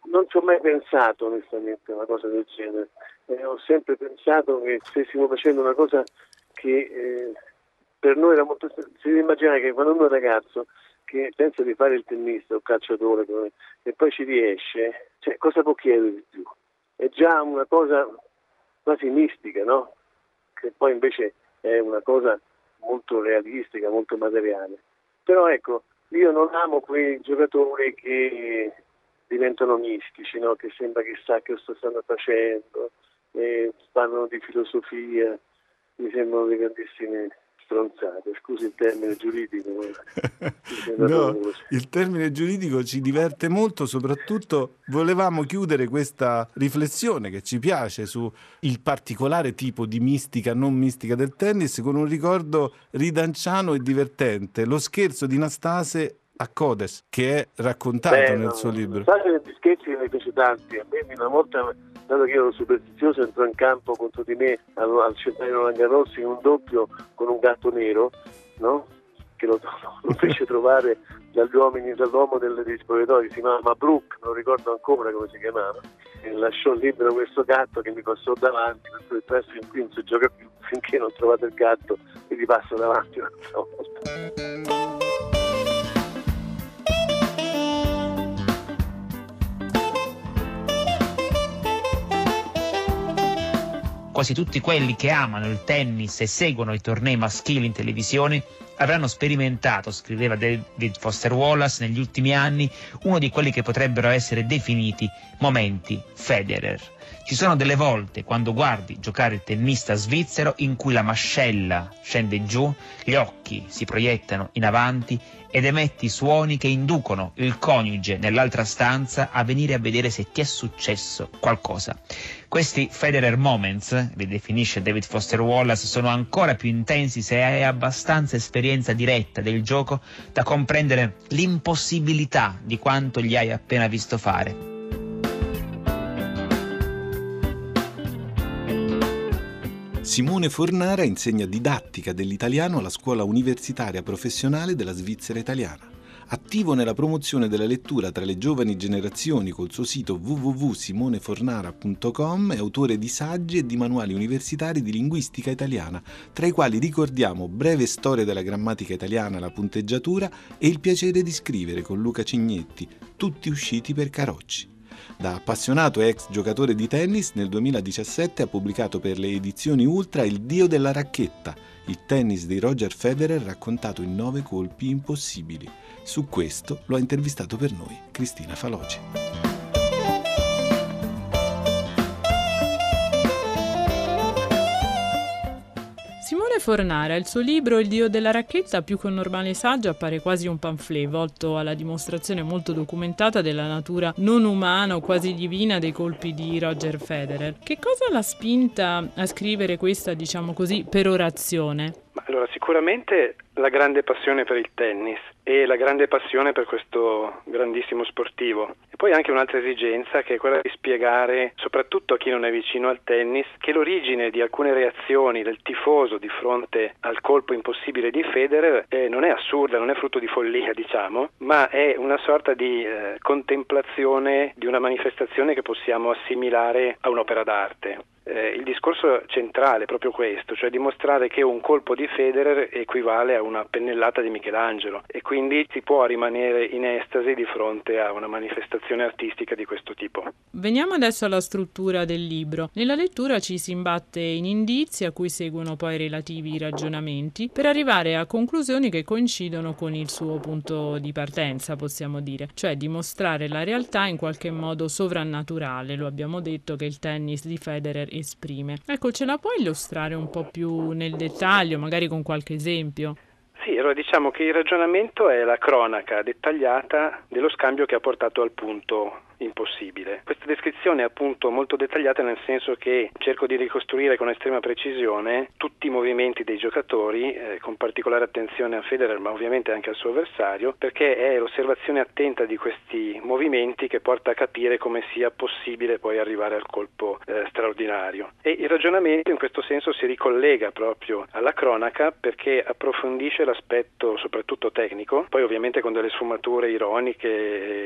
non ci ho mai pensato onestamente a una cosa del genere. Eh, ho sempre pensato che stessimo facendo una cosa che eh, per noi era molto... Si deve immaginare che quando uno è ragazzo che pensa di fare il tennista o calciatore e poi ci riesce, cioè cosa può chiedere di più? È già una cosa quasi mistica, no? Che poi invece è una cosa molto realistica, molto materiale. Però ecco, io non amo quei giocatori che diventano mistici, no? Che sembra chissà che cosa stanno facendo, e parlano di filosofia, mi sembrano dei grandissimi stronzate, scusi il termine giuridico.
No, il termine giuridico ci diverte molto, soprattutto volevamo chiudere questa riflessione che ci piace su il particolare tipo di mistica non mistica del tennis con un ricordo ridanciano e divertente, lo scherzo di Nastase a Codes, che è raccontato
Beh,
nel
no,
suo libro.
Sai che gli scherzi ne fece tanti, a me una volta, dato che io ero superstizioso, entrò in campo contro di me al, al centenario Roland Garros in un doppio con un gatto nero, no? Che lo, lo fece trovare dagli uomini, dall'uomo del, degli spogliatoi, si chiamava Mabruk, non ricordo ancora come si chiamava, e lasciò libero questo gatto che mi passò davanti, per cui presto in qui non si gioca più finché non trovate il gatto e vi passo davanti un'altra volta.
Quasi tutti quelli che amano il tennis e seguono i tornei maschili in televisione avranno sperimentato, scriveva David Foster Wallace negli ultimi anni, uno di quelli che potrebbero essere definiti momenti Federer. Ci sono delle volte, quando guardi giocare il tennista svizzero, in cui la mascella scende giù, gli occhi si proiettano in avanti ed emetti suoni che inducono il coniuge nell'altra stanza a venire a vedere se ti è successo qualcosa. Questi Federer moments, li definisce David Foster Wallace, sono ancora più intensi se hai abbastanza esperienza diretta del gioco da comprendere l'impossibilità di quanto gli hai appena visto fare.
Simone Fornara insegna didattica dell'italiano alla Scuola Universitaria Professionale della Svizzera Italiana. Attivo nella promozione della lettura tra le giovani generazioni col suo sito w w w punto simone fornara punto com, è autore di saggi e di manuali universitari di linguistica italiana, tra i quali ricordiamo Breve storia della grammatica italiana, la punteggiatura e Il piacere di scrivere con Luca Cignetti, tutti usciti per Carocci. Da appassionato e ex giocatore di tennis, nel duemiladiciassette ha pubblicato per le edizioni Ultra Il Dio della racchetta, il tennis di Roger Federer raccontato in nove colpi impossibili. Su questo lo ha intervistato per noi Cristina Faloci.
Simone Fornara, il suo libro Il Dio della racchetta, più che un normale saggio, appare quasi un pamphlet volto alla dimostrazione molto documentata della natura non umana o quasi divina dei colpi di Roger Federer. Che cosa l'ha spinta a scrivere questa, diciamo così, perorazione?
Ma allora, sicuramente la grande passione per il tennis e la grande passione per questo grandissimo sportivo. E poi anche un'altra esigenza, che è quella di spiegare, soprattutto a chi non è vicino al tennis, che l'origine di alcune reazioni del tifoso di fronte al colpo impossibile di Federer eh, non è assurda, non è frutto di follia, diciamo, ma è una sorta di eh, contemplazione di una manifestazione che possiamo assimilare a un'opera d'arte. Eh, il discorso centrale è proprio questo, cioè dimostrare che un colpo di Federer equivale a una pennellata di Michelangelo e quindi si può rimanere in estasi di fronte a una manifestazione artistica di questo tipo.
Veniamo adesso alla struttura del libro. Nella lettura ci si imbatte in indizi a cui seguono poi relativi ragionamenti per arrivare a conclusioni che coincidono con il suo punto di partenza, possiamo dire, cioè dimostrare la realtà in qualche modo sovrannaturale, lo abbiamo detto, che il tennis di Federer esprime. Ecco, ce la puoi illustrare un po' più nel dettaglio, magari con qualche esempio?
Sì, allora diciamo che il ragionamento è la cronaca dettagliata dello scambio che ha portato al punto impossibile. Questa descrizione è appunto molto dettagliata, nel senso che cerco di ricostruire con estrema precisione tutti i movimenti dei giocatori, eh, con particolare attenzione a Federer, ma ovviamente anche al suo avversario, perché è l'osservazione attenta di questi movimenti che porta a capire come sia possibile poi arrivare al colpo eh, straordinario. E il ragionamento in questo senso si ricollega proprio alla cronaca, perché approfondisce l'aspetto soprattutto tecnico, poi ovviamente con delle sfumature ironiche,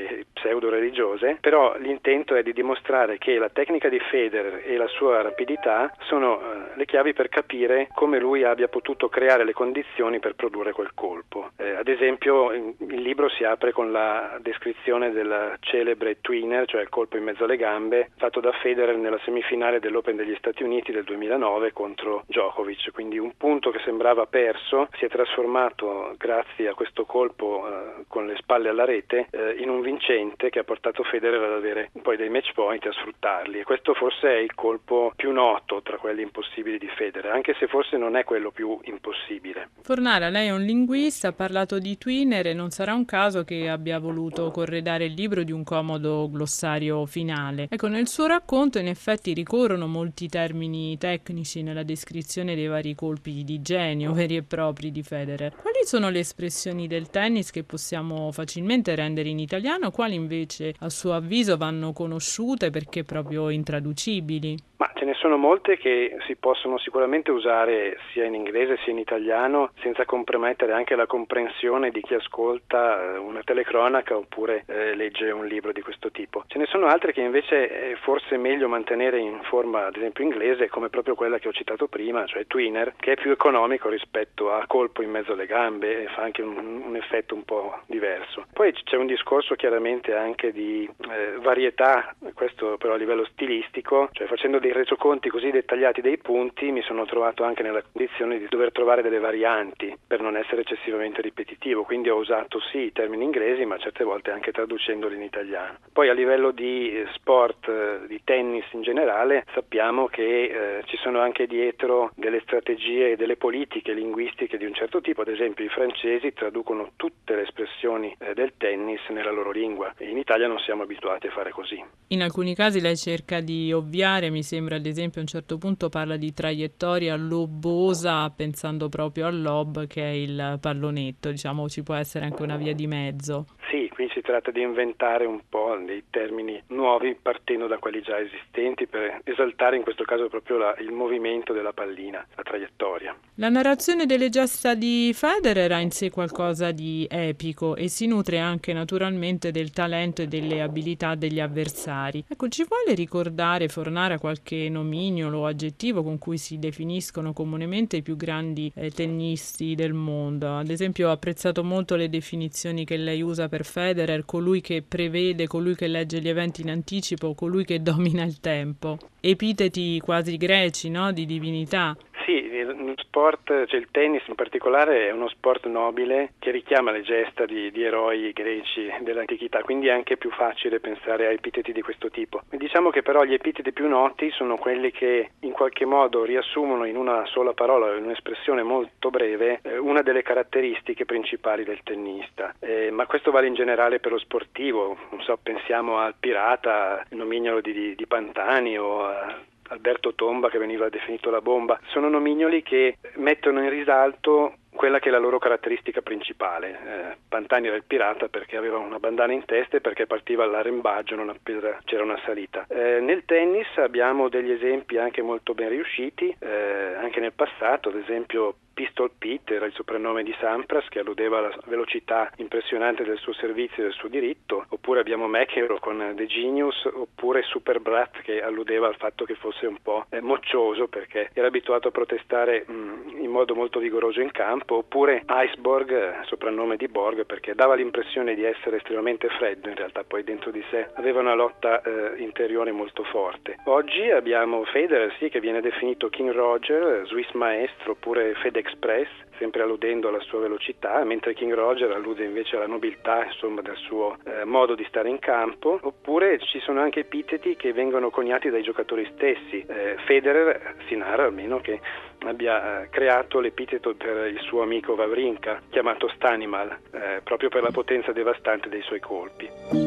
pseudo-religiose, però l'intento è di dimostrare che la tecnica di Federer e la sua rapidità sono eh, le chiavi per capire come lui abbia potuto creare le condizioni per produrre quel colpo. Eh, ad esempio il libro si apre con la descrizione del celebre tweener, cioè il colpo in mezzo alle gambe, fatto da Federer nella semifinale dell'Open degli Stati Uniti del duemilanove contro Djokovic, quindi un punto che sembrava perso si è trasformato grazie a questo colpo eh, con le spalle alla rete eh, in un vincente che ha portato Federer ad avere poi dei match point e a sfruttarli, e questo forse è il colpo più noto tra quelli impossibili di Federer, anche se forse non è quello più impossibile.
Fornara, lei è un linguista, ha parlato di tweener e non sarà un caso che abbia voluto corredare il libro di un comodo glossario finale. Ecco, nel suo racconto in effetti ricorrono molti termini tecnici nella descrizione dei vari colpi di genio veri e propri di Federer. Quali sono le espressioni del tennis che possiamo facilmente rendere in italiano, quali invece a suo avviso vanno conosciute perché proprio intraducibili?
Ma ce ne sono molte che si possono sicuramente usare sia in inglese sia in italiano senza compromettere anche la comprensione di chi ascolta una telecronaca oppure eh, legge un libro di questo tipo. Ce ne sono altre che invece è forse meglio mantenere in forma ad esempio inglese, come proprio quella che ho citato prima, cioè tweener, che è più economico rispetto a colpo in mezzo alle gambe e fa anche un, un effetto un po' diverso. Poi c'è un discorso chiaramente anche di eh, varietà, questo però a livello stilistico, cioè facendo dei resoconti così dettagliati dei punti mi sono trovato anche nella condizione di dover trovare delle varianti per non essere eccessivamente ripetitivo, quindi ho usato sì i termini inglesi ma certe volte anche traducendoli in italiano. Poi a livello di sport, di tennis in generale, sappiamo che eh, ci sono anche dietro delle strategie e delle politiche linguistiche di un certo tipo, ad esempio i francesi traducono tutte le espressioni eh, del tennis nella loro lingua e in Italia non siamo abituati a fare così.
In alcuni casi lei cerca di ovviare, mi sembra ad esempio a un certo punto parla di traiettoria lobosa pensando proprio al lob che è il pallonetto, diciamo ci può essere anche una via di mezzo.
Sì, qui si tratta di inventare un po' dei termini nuovi partendo da quelli già esistenti per esaltare in questo caso proprio la, il movimento della pallina, la traiettoria.
La narrazione delle gesta di Federer ha in sé qualcosa di epico e si nutre anche naturalmente del talento e delle abilità degli avversari. Ecco, ci vuole ricordare, Fornara, qualche nomignolo o aggettivo con cui si definiscono comunemente i più grandi eh, tennisti del mondo? Ad esempio ho apprezzato molto le definizioni che lei usa per Federer, colui che prevede, colui che legge gli eventi in anticipo, colui che domina il tempo. Epiteti quasi greci, no? Di divinità.
Sì, lo sport, cioè il tennis in particolare è uno sport nobile che richiama le gesta di, di eroi greci dell'antichità, quindi è anche più facile pensare a epiteti di questo tipo. Diciamo che però gli epiteti più noti sono quelli che in qualche modo riassumono in una sola parola, in un'espressione molto breve, eh, una delle caratteristiche principali del tennista. Eh, ma questo vale in generale per lo sportivo, non so, pensiamo al pirata, il nomignolo di, di, di Pantani o a Alberto Tomba che veniva definito la bomba. Sono nomignoli che mettono in risalto quella che è la loro caratteristica principale. Eh, Pantani era il pirata perché aveva una bandana in testa e perché partiva all'arrembaggio non appena c'era una salita. Eh, nel tennis abbiamo degli esempi anche molto ben riusciti, eh, anche nel passato, ad esempio Pistol Pete era il soprannome di Sampras che alludeva alla velocità impressionante del suo servizio e del suo diritto, oppure abbiamo McEnroe con The Genius, oppure Super Brat che alludeva al fatto che fosse un po' eh, moccioso perché era abituato a protestare mh, in modo molto vigoroso in campo, oppure Iceborg, soprannome di Borg perché dava l'impressione di essere estremamente freddo, in realtà poi dentro di sé aveva una lotta eh, interiore molto forte. Oggi abbiamo Federer sì che viene definito King Roger, Swiss Maestro, oppure FedEx Express, sempre alludendo alla sua velocità, mentre King Roger allude invece alla nobiltà, insomma, del suo eh, modo di stare in campo. Oppure ci sono anche epiteti che vengono coniati dai giocatori stessi. Eh, Federer si narra almeno che abbia eh, creato l'epiteto per il suo amico Wawrinka, chiamato Stanimal, eh, proprio per la potenza devastante dei suoi colpi.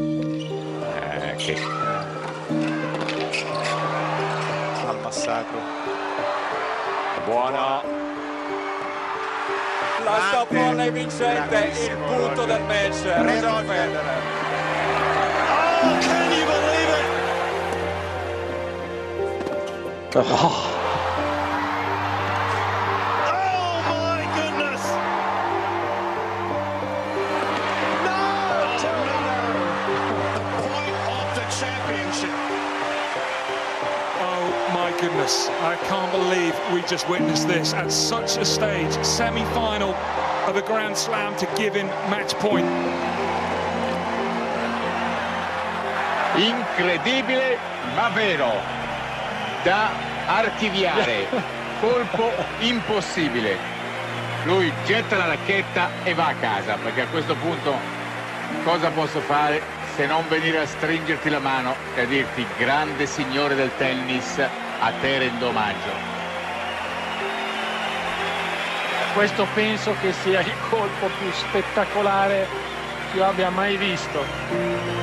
Eh, che al passato. Buono.
La stoppolla è vincente, il punto del match. Roger Federer.
Oh, can you believe it?
Oh.
goodness, I can't believe we just witnessed this at such a stage, semi-final of a Grand Slam to give him match point.
Incredibile ma vero, da archiviare, colpo impossibile. Lui getta la racchetta e va a casa, perché a questo punto cosa posso fare se non venire a stringerti la mano e a dirti: grande signore del tennis, a te rendo omaggio.
Questo penso che sia il colpo più spettacolare che io abbia mai visto.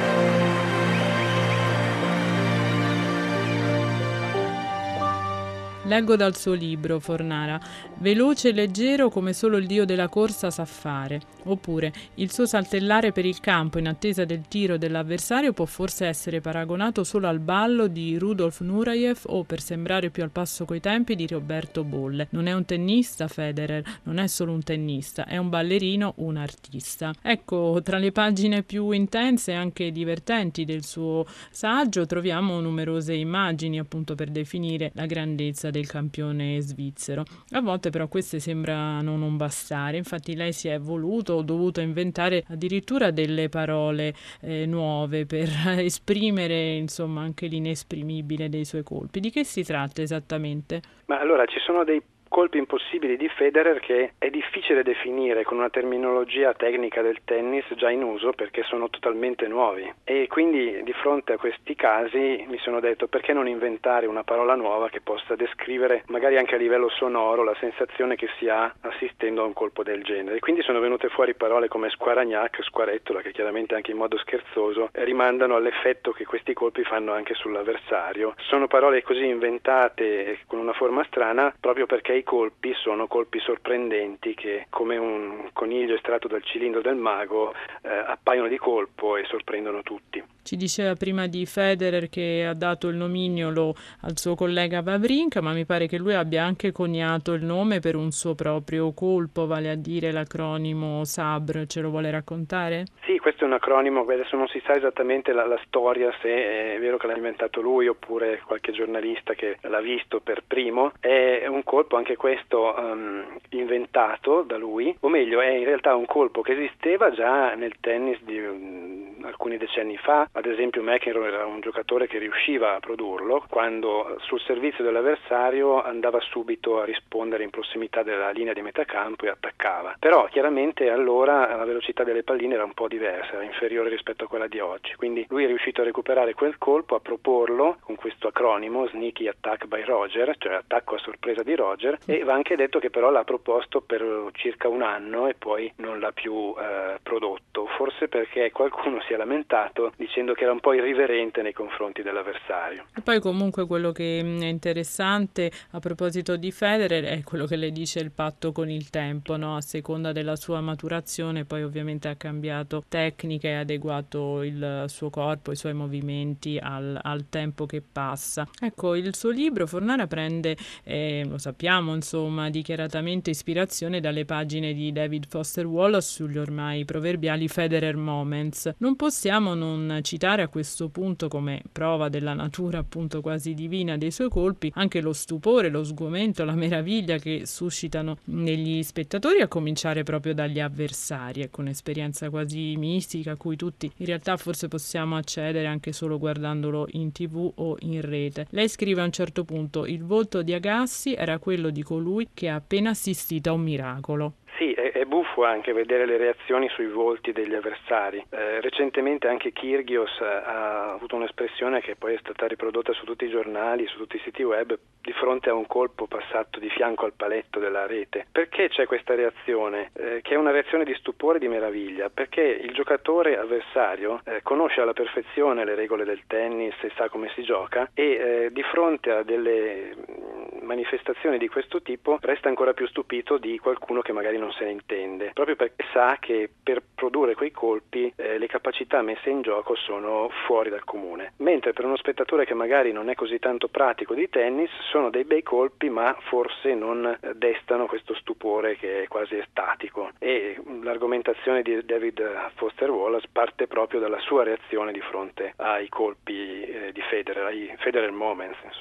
Leggo dal suo libro, Fornara, veloce e leggero come solo il dio della corsa sa fare. Oppure, il suo saltellare per il campo in attesa del tiro dell'avversario può forse essere paragonato solo al ballo di Rudolf Nureyev o, per sembrare più al passo coi tempi, di Roberto Bolle. Non è un tennista, Federer, non è solo un tennista, è un ballerino, un artista. Ecco, tra le pagine più intense e anche divertenti del suo saggio troviamo numerose immagini, appunto, per definire la grandezza del campione svizzero. A volte però queste sembrano non bastare, infatti lei si è voluto o dovuto inventare addirittura delle parole eh, nuove per esprimere, insomma, anche l'inesprimibile dei suoi colpi. Di che si tratta esattamente?
Ma allora ci sono dei colpi impossibili di Federer che è difficile definire con una terminologia tecnica del tennis già in uso, perché sono totalmente nuovi, e quindi di fronte a questi casi mi sono detto: perché non inventare una parola nuova che possa descrivere magari anche a livello sonoro la sensazione che si ha assistendo a un colpo del genere. Quindi sono venute fuori parole come squaragnac, squarettola, che chiaramente anche in modo scherzoso rimandano all'effetto che questi colpi fanno anche sull'avversario. Sono parole così inventate con una forma strana proprio perché i colpi sono colpi sorprendenti che, come un coniglio estratto dal cilindro del mago, eh, appaiono di colpo e sorprendono tutti.
Ci diceva prima di Federer che ha dato il nomignolo al suo collega Wawrinka, ma mi pare che lui abbia anche coniato il nome per un suo proprio colpo, vale a dire l'acronimo S A B R. Ce lo vuole raccontare?
Sì, questo è un acronimo, adesso non si sa esattamente la, la storia, se è vero che l'ha inventato lui oppure qualche giornalista che l'ha visto per primo. È un colpo, anche questo, um, inventato da lui, o meglio è in realtà un colpo che esisteva già nel tennis di um, alcuni decenni fa. Ad esempio McEnroe era un giocatore che riusciva a produrlo quando sul servizio dell'avversario andava subito a rispondere in prossimità della linea di metacampo e attaccava. Però chiaramente allora la velocità delle palline era un po' diversa, era inferiore rispetto a quella di oggi, quindi lui è riuscito a recuperare quel colpo, a proporlo con questo acronimo Sneaky Attack by Roger, cioè attacco a sorpresa di Roger, e va anche detto che però l'ha proposto per circa un anno e poi non l'ha più eh, prodotto, forse perché qualcuno si è lamentato dicendo che era un po' irriverente nei confronti dell'avversario.
E poi comunque quello che è interessante a proposito di Federer è quello che le dice il patto con il tempo, no? A seconda della sua maturazione poi ovviamente ha cambiato tecnica e adeguato il suo corpo, i suoi movimenti al, al tempo che passa. Ecco, il suo libro Fornara prende, eh, lo sappiamo insomma, dichiaratamente ispirazione dalle pagine di David Foster Wallace sugli ormai proverbiali Federer Moments. Non possiamo non citare a questo punto, come prova della natura appunto quasi divina dei suoi colpi, anche lo stupore, lo sgomento, la meraviglia che suscitano negli spettatori, a cominciare proprio dagli avversari. Ecco, un'esperienza quasi mistica a cui tutti in realtà forse possiamo accedere anche solo guardandolo in tv o in rete. Lei scrive a un certo punto: il volto di Agassi era quello di colui che ha appena assistito a un miracolo.
Sì, è, è buffo anche vedere le reazioni sui volti degli avversari. Eh, recentemente anche Kyrgios ha avuto un'espressione che poi è stata riprodotta su tutti i giornali, su tutti i siti web, di fronte a un colpo passato di fianco al paletto della rete. Perché c'è questa reazione? Eh, che è una reazione di stupore e di meraviglia, perché il giocatore avversario eh, conosce alla perfezione le regole del tennis e sa come si gioca, e eh, di fronte a delle manifestazioni di questo tipo resta ancora più stupito di qualcuno che magari non se ne intende, proprio perché sa che per produrre quei colpi eh, le capacità messe in gioco sono fuori dal comune. Mentre per uno spettatore che magari non è così tanto pratico di tennis sono dei bei colpi, ma forse non destano questo stupore che è quasi estatico, e l'argomentazione di David Foster Wallace parte proprio dalla sua reazione di fronte ai colpi eh, di Federer, ai Federer Moments, insomma.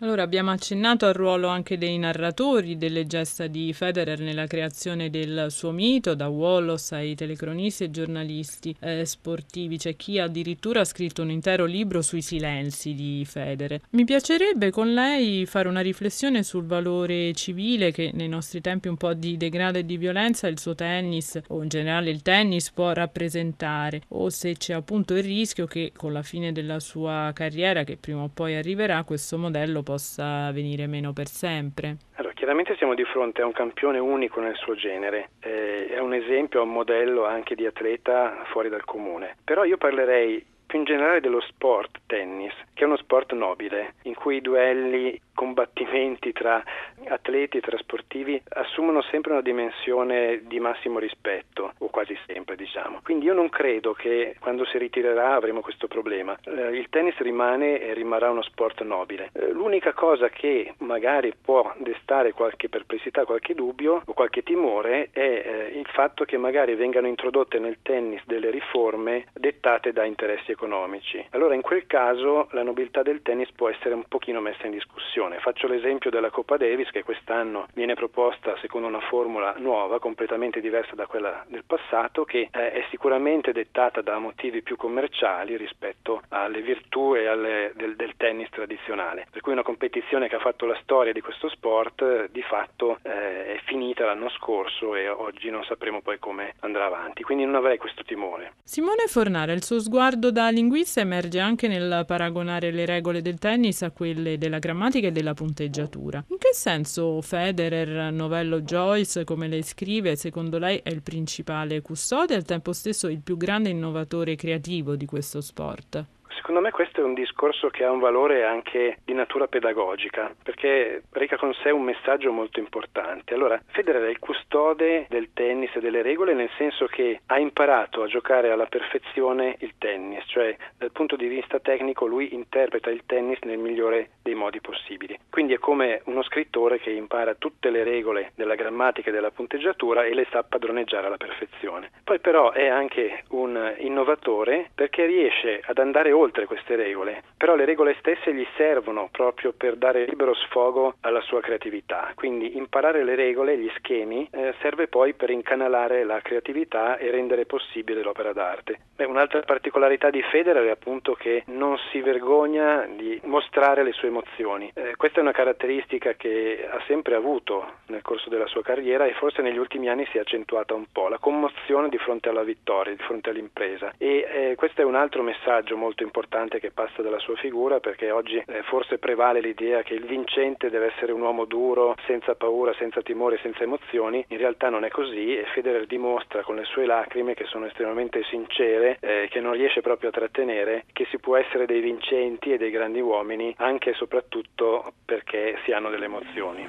Allora, abbiamo accennato al ruolo anche dei narratori delle gesta di Federer nella creazione del suo mito, da Wallace ai telecronisti e giornalisti eh, sportivi. C'è chi addirittura ha scritto un intero libro sui silenzi di Federer. Mi piacerebbe con lei fare una riflessione sul valore civile che nei nostri tempi un po' di degrado e di violenza il suo tennis, o in generale il tennis, può rappresentare, o se c'è appunto il rischio che con la fine della sua carriera, che prima o poi arriverà, questo modello possa venire meno per sempre.
Allora, chiaramente siamo di fronte a un campione unico nel suo genere, eh, è un esempio, un modello anche di atleta fuori dal comune. Però io parlerei più in generale dello sport tennis, che è uno sport nobile, in cui i duelli, combattimenti tra atleti e tra sportivi assumono sempre una dimensione di massimo rispetto, o quasi sempre, diciamo. Quindi io non credo che quando si ritirerà avremo questo problema. Eh, il tennis rimane e rimarrà uno sport nobile. Eh, l'unica cosa che magari può destare qualche perplessità, qualche dubbio o qualche timore è eh, il fatto che magari vengano introdotte nel tennis delle riforme dettate da interessi economici. Allora in quel caso la nobiltà del tennis può essere un pochino messa in discussione. Faccio l'esempio della Coppa Davis, che quest'anno viene proposta secondo una formula nuova, completamente diversa da quella del passato, che eh, è sicuramente dettata da motivi più commerciali rispetto alle virtù e alle, del, del tennis tradizionale. Per cui una competizione che ha fatto la storia di questo sport eh, di fatto eh, è finita l'anno scorso e oggi non sapremo poi come andrà avanti. Quindi non avrei questo timore.
Simone Fornara, il suo sguardo da linguista emerge anche nel paragonare le regole del tennis a quelle della grammatica e della punteggiatura. In che senso Federer, novello Joyce, come lei scrive, secondo lei è il principale custode e al tempo stesso il più grande innovatore creativo di questo sport?
Secondo me questo è un discorso che ha un valore anche di natura pedagogica, perché reca con sé un messaggio molto importante. Allora, Federer è il custode del tennis e delle regole, nel senso che ha imparato a giocare alla perfezione il tennis, cioè dal punto di vista tecnico lui interpreta il tennis nel migliore dei modi possibili. Quindi è come uno scrittore che impara tutte le regole della grammatica e della punteggiatura e le sa padroneggiare alla perfezione. Poi però è anche un innovatore perché riesce ad andare oltre queste regole, però le regole stesse gli servono proprio per dare libero sfogo alla sua creatività. Quindi imparare le regole, gli schemi, eh, serve poi per incanalare la creatività e rendere possibile l'opera d'arte. Beh, un'altra particolarità di Federer è appunto che non si vergogna di mostrare le sue emozioni. Eh, questa è una caratteristica che ha sempre avuto nel corso della sua carriera e forse negli ultimi anni si è accentuata un po', la commozione di fronte alla vittoria, di fronte all'impresa. E eh, questo è un altro messaggio molto importante che passa dalla sua figura, perché oggi eh, forse prevale l'idea che il vincente deve essere un uomo duro, senza paura, senza timore, senza emozioni. In realtà non è così e Federer dimostra con le sue lacrime, che sono estremamente sincere, eh, che non riesce proprio a trattenere, che si può essere dei vincenti e dei grandi uomini anche e soprattutto perché si hanno delle emozioni.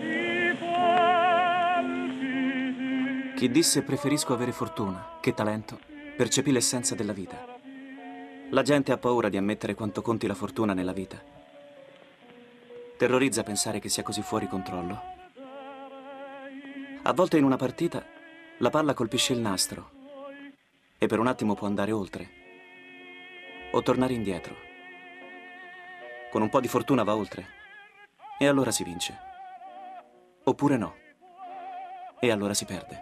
Chi disse preferisco avere fortuna che talento percepì l'essenza della vita. La gente ha paura di ammettere quanto conti la fortuna nella vita. Terrorizza pensare che sia così fuori controllo. A volte in una partita la palla colpisce il nastro e per un attimo può andare oltre o tornare indietro. Con un po' di fortuna va oltre e allora si vince. Oppure no e allora si perde.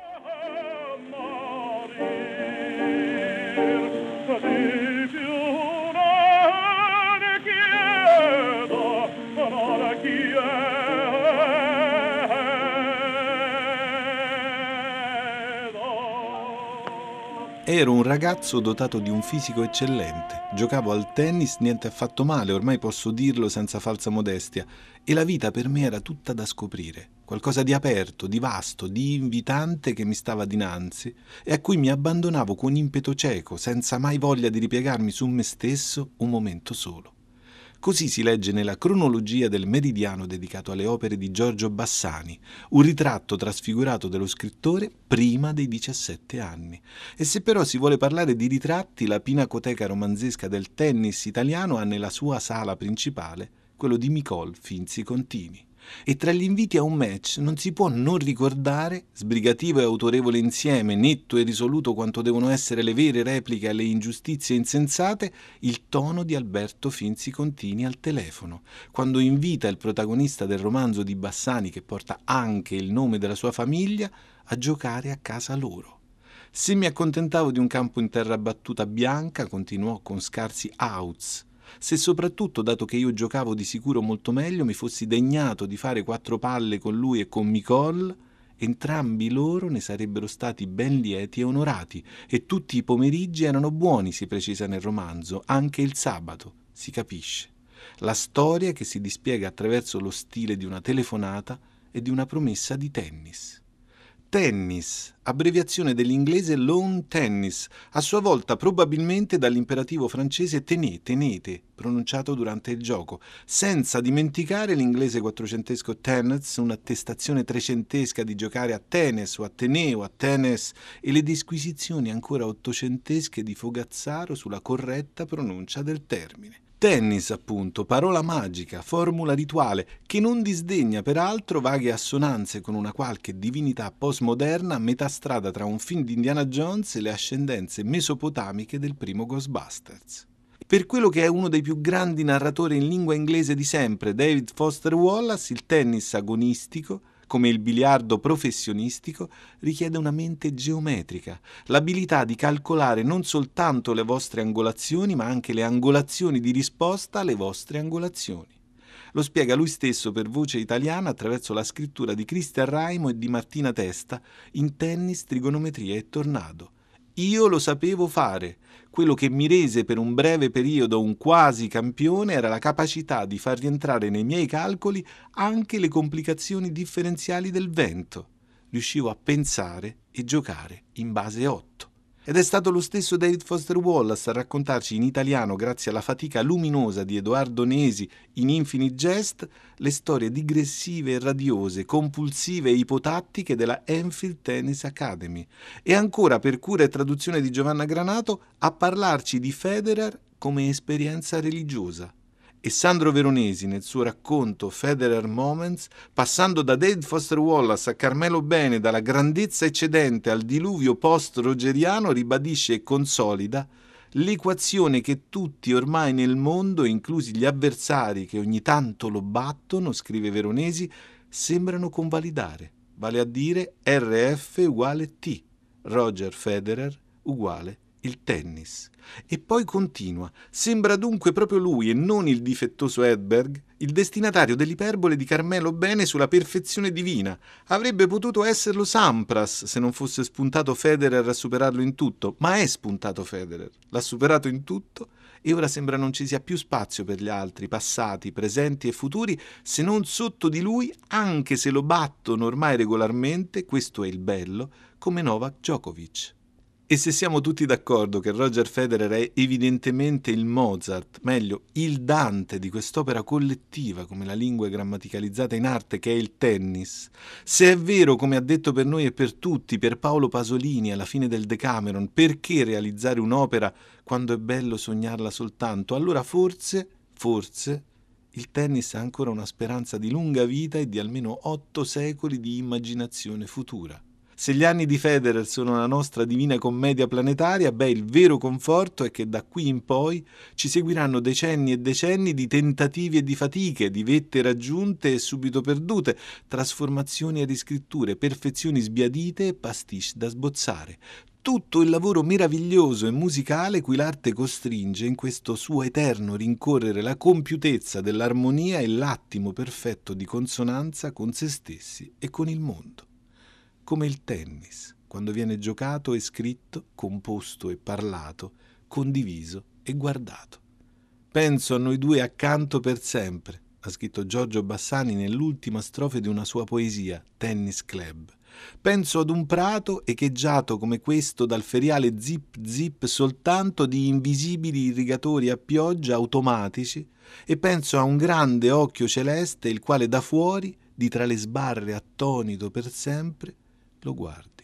Ero un ragazzo dotato di un fisico eccellente. Giocavo al tennis niente affatto male, ormai posso dirlo senza falsa modestia, e la vita per me era tutta da scoprire, qualcosa di aperto, di vasto, di invitante che mi stava dinanzi e a cui mi abbandonavo con impeto cieco, senza mai voglia di ripiegarmi su me stesso un momento solo. Così si legge nella cronologia del Meridiano dedicato alle opere di Giorgio Bassani, un ritratto trasfigurato dello scrittore prima dei diciassette anni. E se però si vuole parlare di ritratti, la pinacoteca romanzesca del tennis italiano ha nella sua sala principale quello di Micol Finzi Contini. E tra gli inviti a un match non si può non ricordare, sbrigativo e autorevole insieme, netto e risoluto quanto devono essere le vere repliche alle ingiustizie insensate, il tono di Alberto Finzi Contini al telefono, quando invita il protagonista del romanzo di Bassani, che porta anche il nome della sua famiglia, a giocare a casa loro. Se mi accontentavo di un campo in terra battuta bianca, continuò con scarsi outs. Se soprattutto, dato che io giocavo di sicuro molto meglio, mi fossi degnato di fare quattro palle con lui e con Micol, entrambi loro ne sarebbero stati ben lieti e onorati, e tutti i pomeriggi erano buoni, si precisa nel romanzo, anche il sabato, si capisce. La storia che si dispiega attraverso lo stile di una telefonata e di una promessa di tennis. Tennis, abbreviazione dell'inglese lawn tennis, a sua volta probabilmente dall'imperativo francese tenez, tenete, pronunciato durante il gioco, senza dimenticare l'inglese quattrocentesco tennis, un'attestazione trecentesca di giocare a tennis o a tenè o a tennis, e le disquisizioni ancora ottocentesche di Fogazzaro sulla corretta pronuncia del termine. Tennis, appunto, parola magica, formula rituale, che non disdegna peraltro vaghe assonanze con una qualche divinità postmoderna a metà strada tra un film di Indiana Jones e le ascendenze mesopotamiche del primo Ghostbusters. Per quello che è uno dei più grandi narratori in lingua inglese di sempre, David Foster Wallace, il tennis agonistico, come il biliardo professionistico, richiede una mente geometrica, l'abilità di calcolare non soltanto le vostre angolazioni, ma anche le angolazioni di risposta alle vostre angolazioni. Lo spiega lui stesso per voce italiana attraverso la scrittura di Cristian Raimo e di Martina Testa in Tennis, Trigonometria e Tornado. Io lo sapevo fare. Quello che mi rese per un breve periodo un quasi campione era la capacità di far rientrare nei miei calcoli anche le complicazioni differenziali del vento. Riuscivo a pensare e giocare in base otto. Ed è stato lo stesso David Foster Wallace a raccontarci in italiano, grazie alla fatica luminosa di Edoardo Nesi in Infinite Jest, le storie digressive e radiose, compulsive e ipotattiche della Enfield Tennis Academy. E ancora, per cura e traduzione di Giovanna Granato, a parlarci di Federer come esperienza religiosa. E Sandro Veronesi, nel suo racconto Federer Moments, passando da David Foster Wallace a Carmelo Bene, dalla grandezza eccedente al diluvio post-rogeriano, ribadisce e consolida l'equazione che tutti ormai nel mondo, inclusi gli avversari che ogni tanto lo battono, scrive Veronesi, sembrano convalidare, vale a dire R F uguale T, Roger Federer uguale il tennis. E poi continua: sembra dunque proprio lui e non il difettoso Edberg il destinatario dell'iperbole di Carmelo Bene sulla perfezione divina. Avrebbe potuto esserlo Sampras se non fosse spuntato Federer a superarlo in tutto, ma è spuntato Federer, l'ha superato in tutto e ora sembra non ci sia più spazio per gli altri, passati, presenti e futuri, se non sotto di lui, anche se lo battono ormai regolarmente, questo è il bello, come Novak Djokovic. E se siamo tutti d'accordo che Roger Federer è evidentemente il Mozart, meglio, il Dante di quest'opera collettiva come la lingua grammaticalizzata in arte che è il tennis, se è vero, come ha detto per noi e per tutti Pierpaolo Pasolini alla fine del Decameron, perché realizzare un'opera quando è bello sognarla soltanto, allora forse, forse, il tennis ha ancora una speranza di lunga vita e di almeno otto secoli di immaginazione futura. Se gli anni di Federer sono la nostra divina commedia planetaria, beh, il vero conforto è che da qui in poi ci seguiranno decenni e decenni di tentativi e di fatiche, di vette raggiunte e subito perdute, trasformazioni e riscritture, perfezioni sbiadite e pastiche da sbozzare. Tutto il lavoro meraviglioso e musicale cui l'arte costringe in questo suo eterno rincorrere la compiutezza dell'armonia e l'attimo perfetto di consonanza con se stessi e con il mondo. Come il tennis, quando viene giocato e scritto, composto e parlato, condiviso e guardato. Penso a noi due accanto per sempre, ha scritto Giorgio Bassani nell'ultima strofe di una sua poesia, Tennis Club. Penso ad un prato echeggiato come questo dal feriale zip zip soltanto di invisibili irrigatori a pioggia automatici e penso a un grande occhio celeste il quale da fuori, di tra le sbarre attonito per sempre, lo guardi.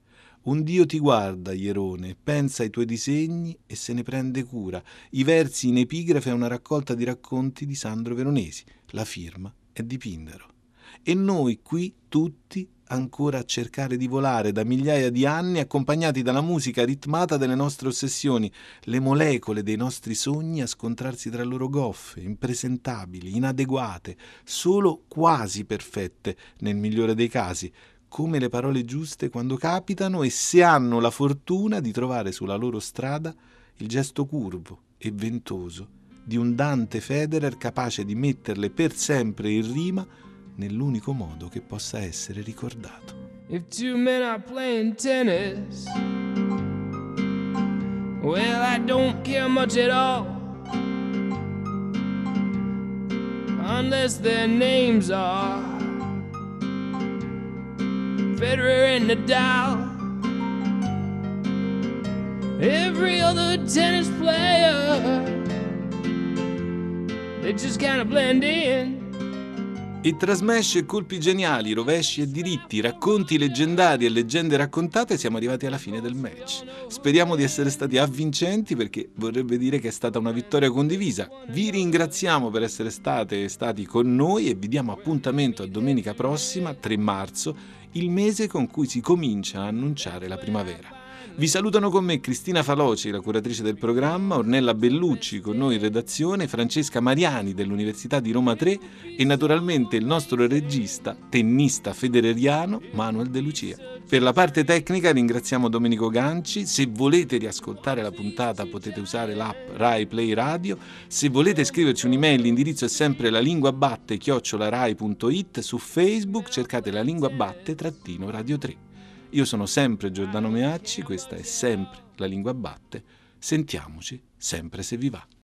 Un Dio ti guarda, Ierone, pensa ai tuoi disegni e se ne prende cura. I versi in epigrafe è una raccolta di racconti di Sandro Veronesi. La firma è di Pindaro. E noi qui tutti ancora a cercare di volare da migliaia di anni, accompagnati dalla musica ritmata delle nostre ossessioni, le molecole dei nostri sogni a scontrarsi tra loro goffe, impresentabili, inadeguate, solo quasi perfette nel migliore dei casi, come le parole giuste quando capitano e se hanno la fortuna di trovare sulla loro strada il gesto curvo e ventoso di un Dante Federer capace di metterle per sempre in rima nell'unico modo che possa essere ricordato.
If two men are playing tennis, well, I don't care much at all, unless their names are Federer and Nadal. Every other tennis player, they just kind of blend in.
E tra smash e colpi geniali, rovesci e diritti, racconti leggendari e leggende raccontate siamo arrivati alla fine del match. Speriamo di essere stati avvincenti perché vorrebbe dire che è stata una vittoria condivisa. Vi ringraziamo per essere state e stati con noi e vi diamo appuntamento a domenica prossima, tre marzo, il mese con cui si comincia a annunciare la primavera. Vi salutano con me Cristina Faloci, la curatrice del programma, Ornella Bellucci con noi in redazione, Francesca Mariani dell'Università di Roma tre e naturalmente il nostro regista, tennista federeriano Manuel De Lucia. Per la parte tecnica ringraziamo Domenico Ganci. Se volete riascoltare la puntata potete usare l'app Rai Play Radio. Se volete scriverci un'email l'indirizzo è sempre lalinguabatte chiocciola rai punto it. Su Facebook cercate La Lingua Batte trattino Radio tre. Io sono sempre Giordano Meacci, questa è sempre La Lingua Batte. Sentiamoci sempre se vi va.